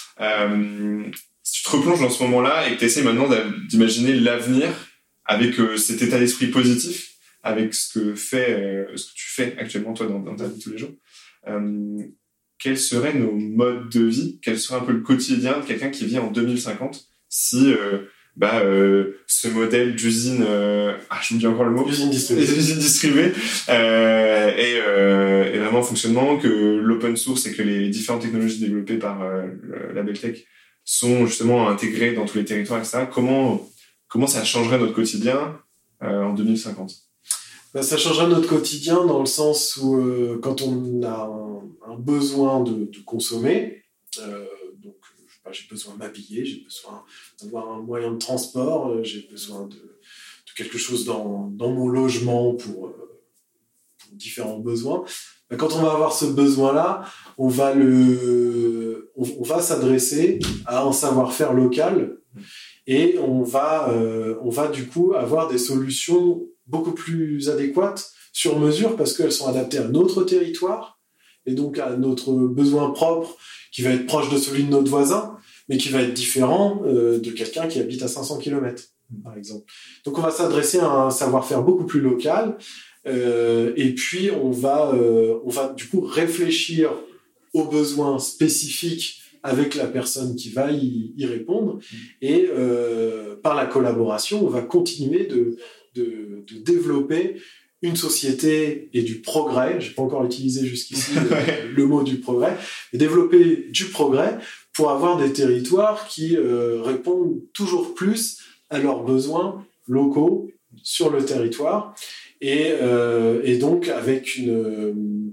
Euh, si tu te replonges dans ce moment-là et que tu essaies maintenant d'imaginer l'avenir avec euh, cet état d'esprit positif, avec ce que, fait, euh, ce que tu fais actuellement, toi, dans, dans ta vie de tous les jours, euh, quels seraient nos modes de vie, quel serait un peu le quotidien de quelqu'un qui vit en deux mille cinquante si euh, bah, euh, ce modèle d'usine, euh, ah, je me dis encore le mot, usine distribuée, usine distribuée euh, est, euh, est vraiment en fonctionnement, que l'open source et que les différentes technologies développées par euh, Labeltech sont justement intégrés dans tous les territoires, et cetera. Comment, comment ça changerait notre quotidien euh, en deux mille cinquante? Ben, ça changerait notre quotidien dans le sens où euh, quand on a un, un besoin de, de consommer, euh, donc je sais pas, j'ai besoin de m'habiller, j'ai besoin d'avoir un moyen de transport, euh, j'ai besoin de, de quelque chose dans, dans mon logement pour, euh, pour différents besoins. Ben, quand on va avoir ce besoin-là, on va le, on, on va s'adresser à un savoir-faire local et on va, euh, on va du coup avoir des solutions beaucoup plus adéquates sur mesure parce qu'elles sont adaptées à notre territoire et donc à notre besoin propre qui va être proche de celui de notre voisin, mais qui va être différent euh, de quelqu'un qui habite à cinq cents kilomètres, par exemple. Donc on va s'adresser à un savoir-faire beaucoup plus local euh, et puis on va, euh, on va du coup réfléchir aux besoins spécifiques avec la personne qui va y, y répondre et euh, par la collaboration, on va continuer de De, de développer une société et du progrès, j'ai pas encore utilisé jusqu'ici le, le mot du progrès, et développer du progrès pour avoir des territoires qui euh, répondent toujours plus à leurs besoins locaux sur le territoire et, euh, et donc avec une,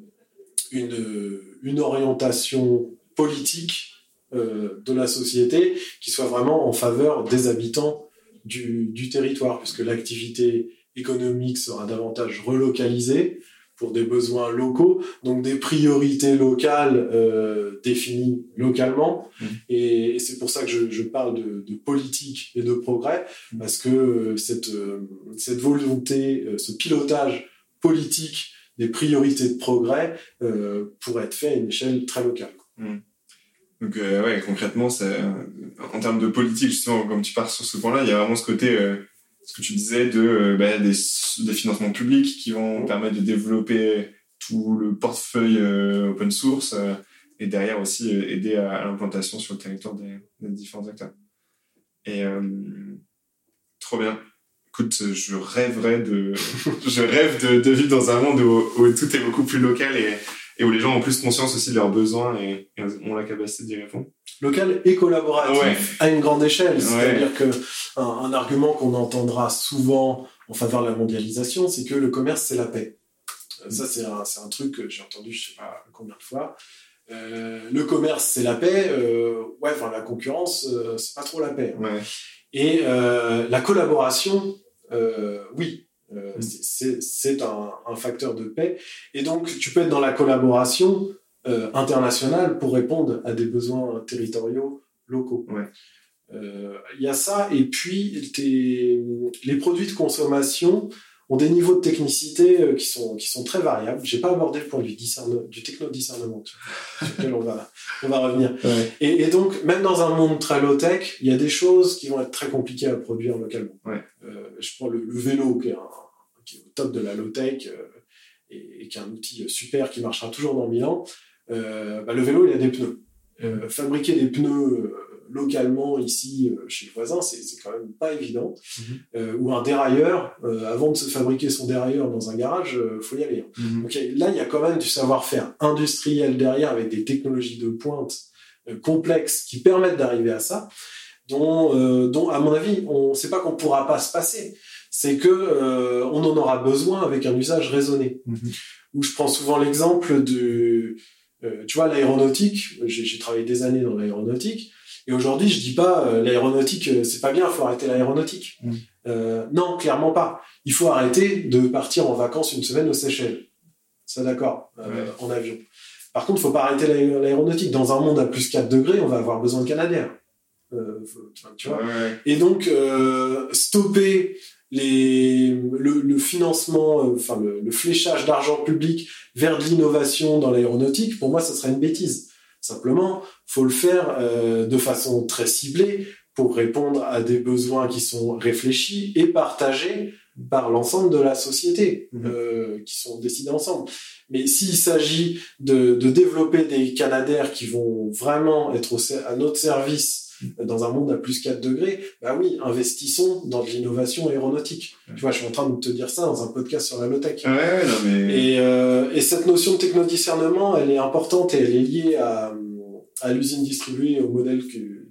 une, une orientation politique euh, de la société qui soit vraiment en faveur des habitants Du, du territoire, puisque l'activité économique sera davantage relocalisée pour des besoins locaux, donc des priorités locales euh, définies localement. Mmh. Et, et c'est pour ça que je, je parle de, de politique et de progrès, parce que euh, cette, euh, cette volonté, euh, ce pilotage politique des priorités de progrès euh, pourrait être fait à une échelle très locale. Mmh. Donc euh, ouais, concrètement, ça, en termes de politique, justement, comme tu pars sur ce point-là, il y a vraiment ce côté, euh, ce que tu disais, de euh, bah, des, des financements publics qui vont mmh. permettre de développer tout le portefeuille euh, open source euh, et derrière aussi euh, aider à, à l'implantation sur le territoire des, des différents acteurs. Et euh, trop bien. Écoute, je rêverais de, je rêve de, de vivre dans un monde où, où tout est beaucoup plus local et et où les gens ont plus conscience aussi de leurs besoins et, et ont la capacité d'y répondre. Local et collaboratif ouais. à une grande échelle. C'est-à-dire ouais. que un, un argument qu'on entendra souvent en faveur de la mondialisation, c'est que le commerce, c'est la paix. Mmh. Ça, c'est un, c'est un truc que j'ai entendu je sais pas combien de fois. Euh, le commerce, c'est la paix. Euh, ouais, enfin, la concurrence, euh, c'est pas trop la paix. Hein. Ouais. Et euh, la collaboration, euh, oui. Euh, c'est, c'est, c'est un, un facteur de paix et donc tu peux être dans la collaboration euh, internationale pour répondre à des besoins territoriaux locaux. Ouais. Euh, y a ça et puis tes, les produits de consommation ont des niveaux de technicité euh, qui sont qui sont très variables. J'ai pas abordé le point du discerne, du techno-discernement sur lequel on va on va revenir. Ouais. Et, et donc même dans un monde très low-tech, il y a des choses qui vont être très compliquées à produire localement. Ouais. Euh, je prends le, le vélo qui est, un, qui est au top de la low-tech euh, et, et qui est un outil super qui marchera toujours dans mille ans. Euh, bah, le vélo, il a des pneus. Euh, fabriquer des pneus euh, localement ici euh, chez le voisin, c'est, c'est quand même pas évident. Mm-hmm. Euh, ou un dérailleur, euh, avant de se fabriquer son dérailleur dans un garage, euh, faut y aller. Hein. Mm-hmm. Donc là, il y a quand même du savoir-faire industriel derrière avec des technologies de pointe euh, complexes qui permettent d'arriver à ça, dont, euh, dont à mon avis, on sait pas qu'on pourra pas se passer. C'est que euh, on en aura besoin avec un usage raisonné. Mm-hmm. Où je prends souvent l'exemple de, euh, tu vois, l'aéronautique. J'ai, j'ai travaillé des années dans l'aéronautique. Et aujourd'hui, je dis pas euh, l'aéronautique, euh, c'est pas bien, il faut arrêter l'aéronautique. Mmh. Euh, non, clairement pas. Il faut arrêter de partir en vacances une semaine aux Seychelles. Ça, d'accord, euh, ouais. en avion. Par contre, il faut pas arrêter l'aé- l'aéronautique. Dans un monde à plus quatre degrés, on va avoir besoin de Canadair. Euh, faut, tu vois. Ouais. Et donc, euh, stopper les, le, le financement, enfin euh, le, le fléchage d'argent public vers de l'innovation dans l'aéronautique, pour moi, ça serait une bêtise. Simplement, faut le faire euh, de façon très ciblée pour répondre à des besoins qui sont réfléchis et partagés par l'ensemble de la société, mmh. euh, qui sont décidés ensemble. Mais s'il s'agit de, de développer des Canadair qui vont vraiment être au, à notre service dans un monde à plus quatre degrés, bah oui, investissons dans de l'innovation aéronautique. Ouais. Tu vois, je suis en train de te dire ça dans un podcast sur la low-tech. Ouais, ouais, non, mais... Et, euh, et cette notion de technodiscernement, elle est importante et elle est liée à, à l'usine distribuée, au modèle que,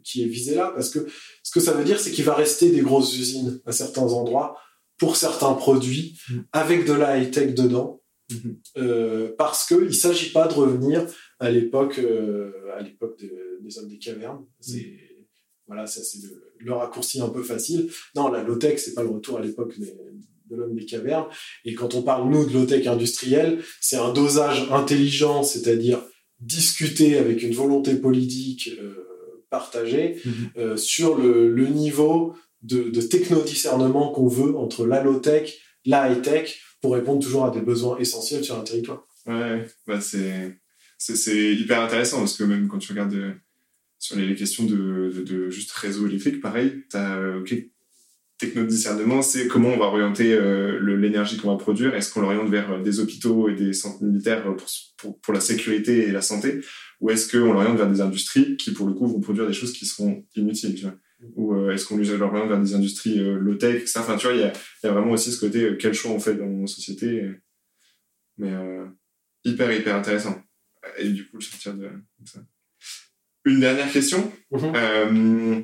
qui est visé là, parce que ce que ça veut dire, c'est qu'il va rester des grosses usines à certains endroits pour certains produits mmh. avec de la high-tech dedans, mmh. euh, parce qu'il ne s'agit pas de revenir à l'époque, euh, à l'époque de, des hommes des cavernes. C'est, mmh. Voilà, ça, c'est le, le raccourci un peu facile. Non, la low-tech, ce n'est pas le retour à l'époque des, de l'homme des cavernes. Et quand on parle, nous, de low-tech industrielle, c'est un dosage intelligent, c'est-à-dire discuter avec une volonté politique euh, partagée mmh. euh, sur le, le niveau de, de techno-discernement qu'on veut entre la low-tech, la high-tech, pour répondre toujours à des besoins essentiels sur un territoire. Ouais, bah c'est, c'est, c'est hyper intéressant, parce que même quand tu regardes euh, sur les, les questions de, de, de juste réseau électrique, pareil, t'as, euh, ok, techno-discernement, c'est comment on va orienter euh, le, l'énergie qu'on va produire. Est-ce qu'on l'oriente vers des hôpitaux et des centres militaires pour, pour, pour la sécurité et la santé, ou est-ce qu'on l'oriente vers des industries qui, pour le coup, vont produire des choses qui seront inutiles, tu vois. Ou euh, est-ce qu'on l'oriente vers des industries euh, low-tech, ça, enfin, tu vois, il y a, y a vraiment aussi ce côté euh, quel choix on fait dans nos sociétés, et... mais euh, hyper, hyper intéressant. Et du coup, je sortir de, de ça. Une dernière question. Mm-hmm. Euh,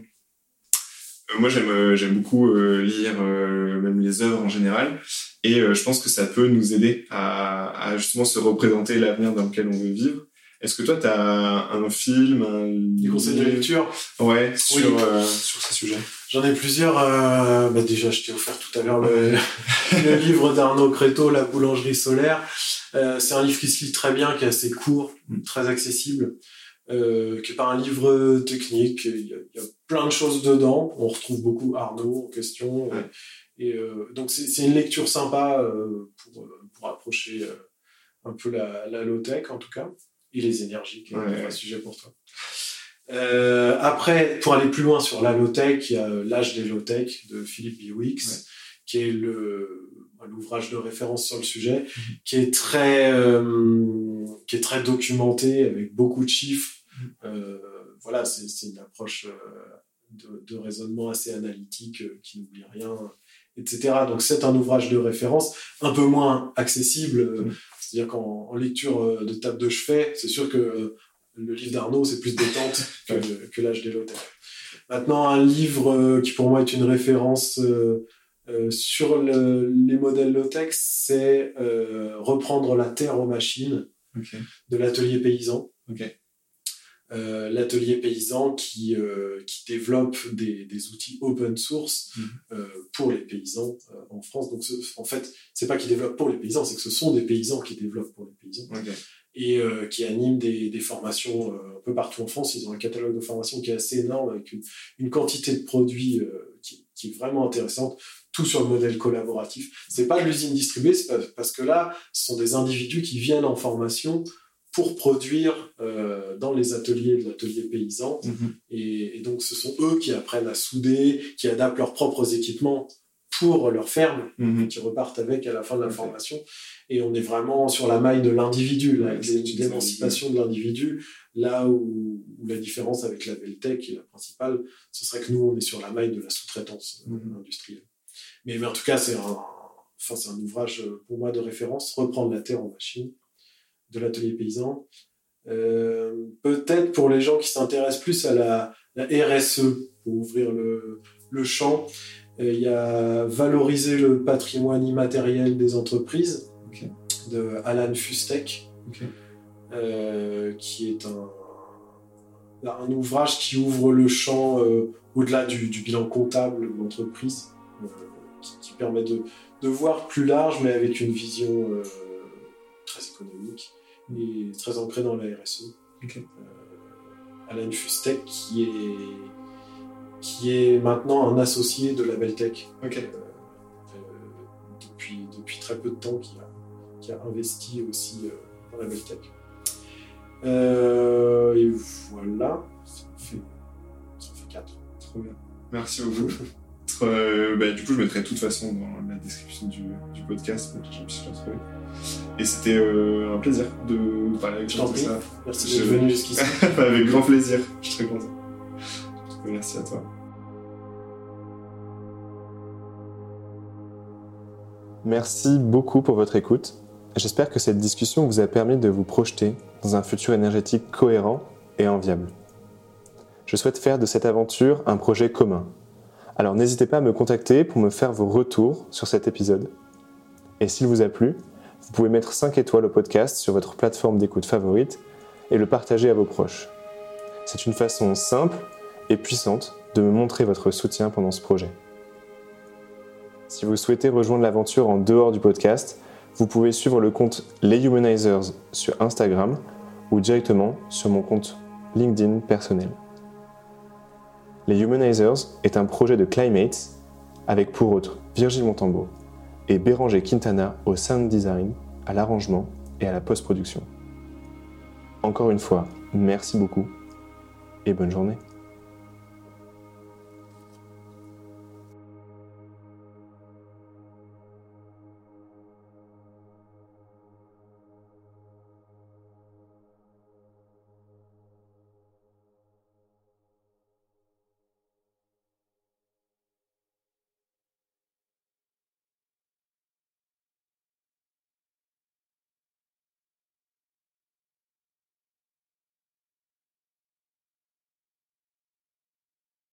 Moi, j'aime, j'aime beaucoup euh, lire euh, même les œuvres en général, et euh, je pense que ça peut nous aider à, à justement se représenter l'avenir dans lequel on veut vivre. Est-ce que toi, tu as un film, un... Des conseils de lecture ? Ouais, sur, oui. euh, sur ces sujets. J'en ai plusieurs. Euh, bah déjà, je t'ai offert tout à l'heure le, le livre d'Arnaud Créteau, La boulangerie solaire. Euh, c'est un livre qui se lit très bien, qui est assez court, très accessible. Euh, qui n'est pas un livre technique, il y, a, il y a plein de choses dedans, on retrouve beaucoup Arnaud en question, ouais. et, et euh, donc c'est, c'est une lecture sympa euh, pour, pour approcher euh, un peu la, la low-tech en tout cas, et les énergies, qui est ouais. un sujet pour toi. Euh, après, pour aller plus loin sur la low-tech, il y a L'âge des low-tech de Philippe Biwix, ouais. qui est le, l'ouvrage de référence sur le sujet, mmh. qui est très, euh, qui est très documenté avec beaucoup de chiffres. Euh, voilà, c'est, c'est une approche euh, de, de raisonnement assez analytique euh, qui n'oublie rien, et cetera. Donc c'est un ouvrage de référence un peu moins accessible, euh, mmh. c'est-à-dire qu'en en lecture euh, de table de chevet, c'est sûr que euh, le livre d'Arnaud c'est plus détente que, ouais. que L'âge des low-tech. Maintenant, un livre euh, qui pour moi est une référence euh, euh, sur le, les modèles low-tech, c'est euh, Reprendre la terre aux machines okay. de l'atelier paysan. Okay. Euh, l'atelier paysan qui, euh, qui développe des, des outils open source mmh. euh, pour les paysans euh, en France. Donc, ce, en fait, c'est pas qu'ils développent pour les paysans, c'est que ce sont des paysans qui développent pour les paysans okay. et euh, qui animent des, des formations euh, un peu partout en France. Ils ont un catalogue de formations qui est assez énorme avec une, une quantité de produits euh, qui, qui est vraiment intéressante. Tout sur le modèle collaboratif. C'est pas de l'usine distribuée, c'est pas, parce que là, ce sont des individus qui viennent en formation pour produire euh, dans les ateliers de l'atelier paysan. Mmh. Et, et donc, ce sont eux qui apprennent à souder, qui adaptent leurs propres équipements pour leur ferme, mmh. qui repartent avec à la fin de la okay. formation. Et on est vraiment sur la maille de l'individu, là, ouais, avec l'émancipation de l'individu, là où, où la différence avec la Beltech et la principale, ce serait que nous, on est sur la maille de la sous-traitance mmh. euh, industrielle. Mais, mais en tout cas, c'est un, enfin, c'est un ouvrage, pour moi, de référence, Reprendre la terre en machine, de l'atelier paysan. Euh, peut-être pour les gens qui s'intéressent plus à la, la R S E, pour ouvrir le, le champ, il euh, y a Valoriser le patrimoine immatériel des entreprises, okay. de Alan Fustek, okay. euh, qui est un, un ouvrage qui ouvre le champ euh, au-delà du, du bilan comptable de l'entreprise, euh, qui, qui permet de, de voir plus large, mais avec une vision euh, très économique et très ancré dans la R S E. Okay. Euh, Alan Fustek, qui est, qui est maintenant un associé de la Beltech, okay. euh, euh, depuis, depuis très peu de temps, qui a, qui a investi aussi euh, dans la Beltech. Euh, et voilà, ça fait, ça fait quatre. Trop bien. Merci beaucoup. Euh, bah, du coup, je mettrai de toute façon dans la description du, du podcast pour que les gens puissent le retrouver. Et c'était euh, un plaisir de parler avec toi de ça. Merci d'être venu jusqu'ici. Avec grand plaisir, je suis très content. Merci à toi. Merci beaucoup pour votre écoute. J'espère que cette discussion vous a permis de vous projeter dans un futur énergétique cohérent et enviable. Je souhaite faire de cette aventure un projet commun. Alors n'hésitez pas à me contacter pour me faire vos retours sur cet épisode. Et s'il vous a plu, vous pouvez mettre cinq étoiles au podcast sur votre plateforme d'écoute favorite et le partager à vos proches. C'est une façon simple et puissante de me montrer votre soutien pendant ce projet. Si vous souhaitez rejoindre l'aventure en dehors du podcast, vous pouvez suivre le compte Les Humanizers sur Instagram ou directement sur mon compte LinkedIn personnel. Les Humanizers est un projet de Climate avec pour autres Virgile Montembeau et Béranger Quintana au sound design, à l'arrangement et à la post-production. Encore une fois, merci beaucoup et bonne journée.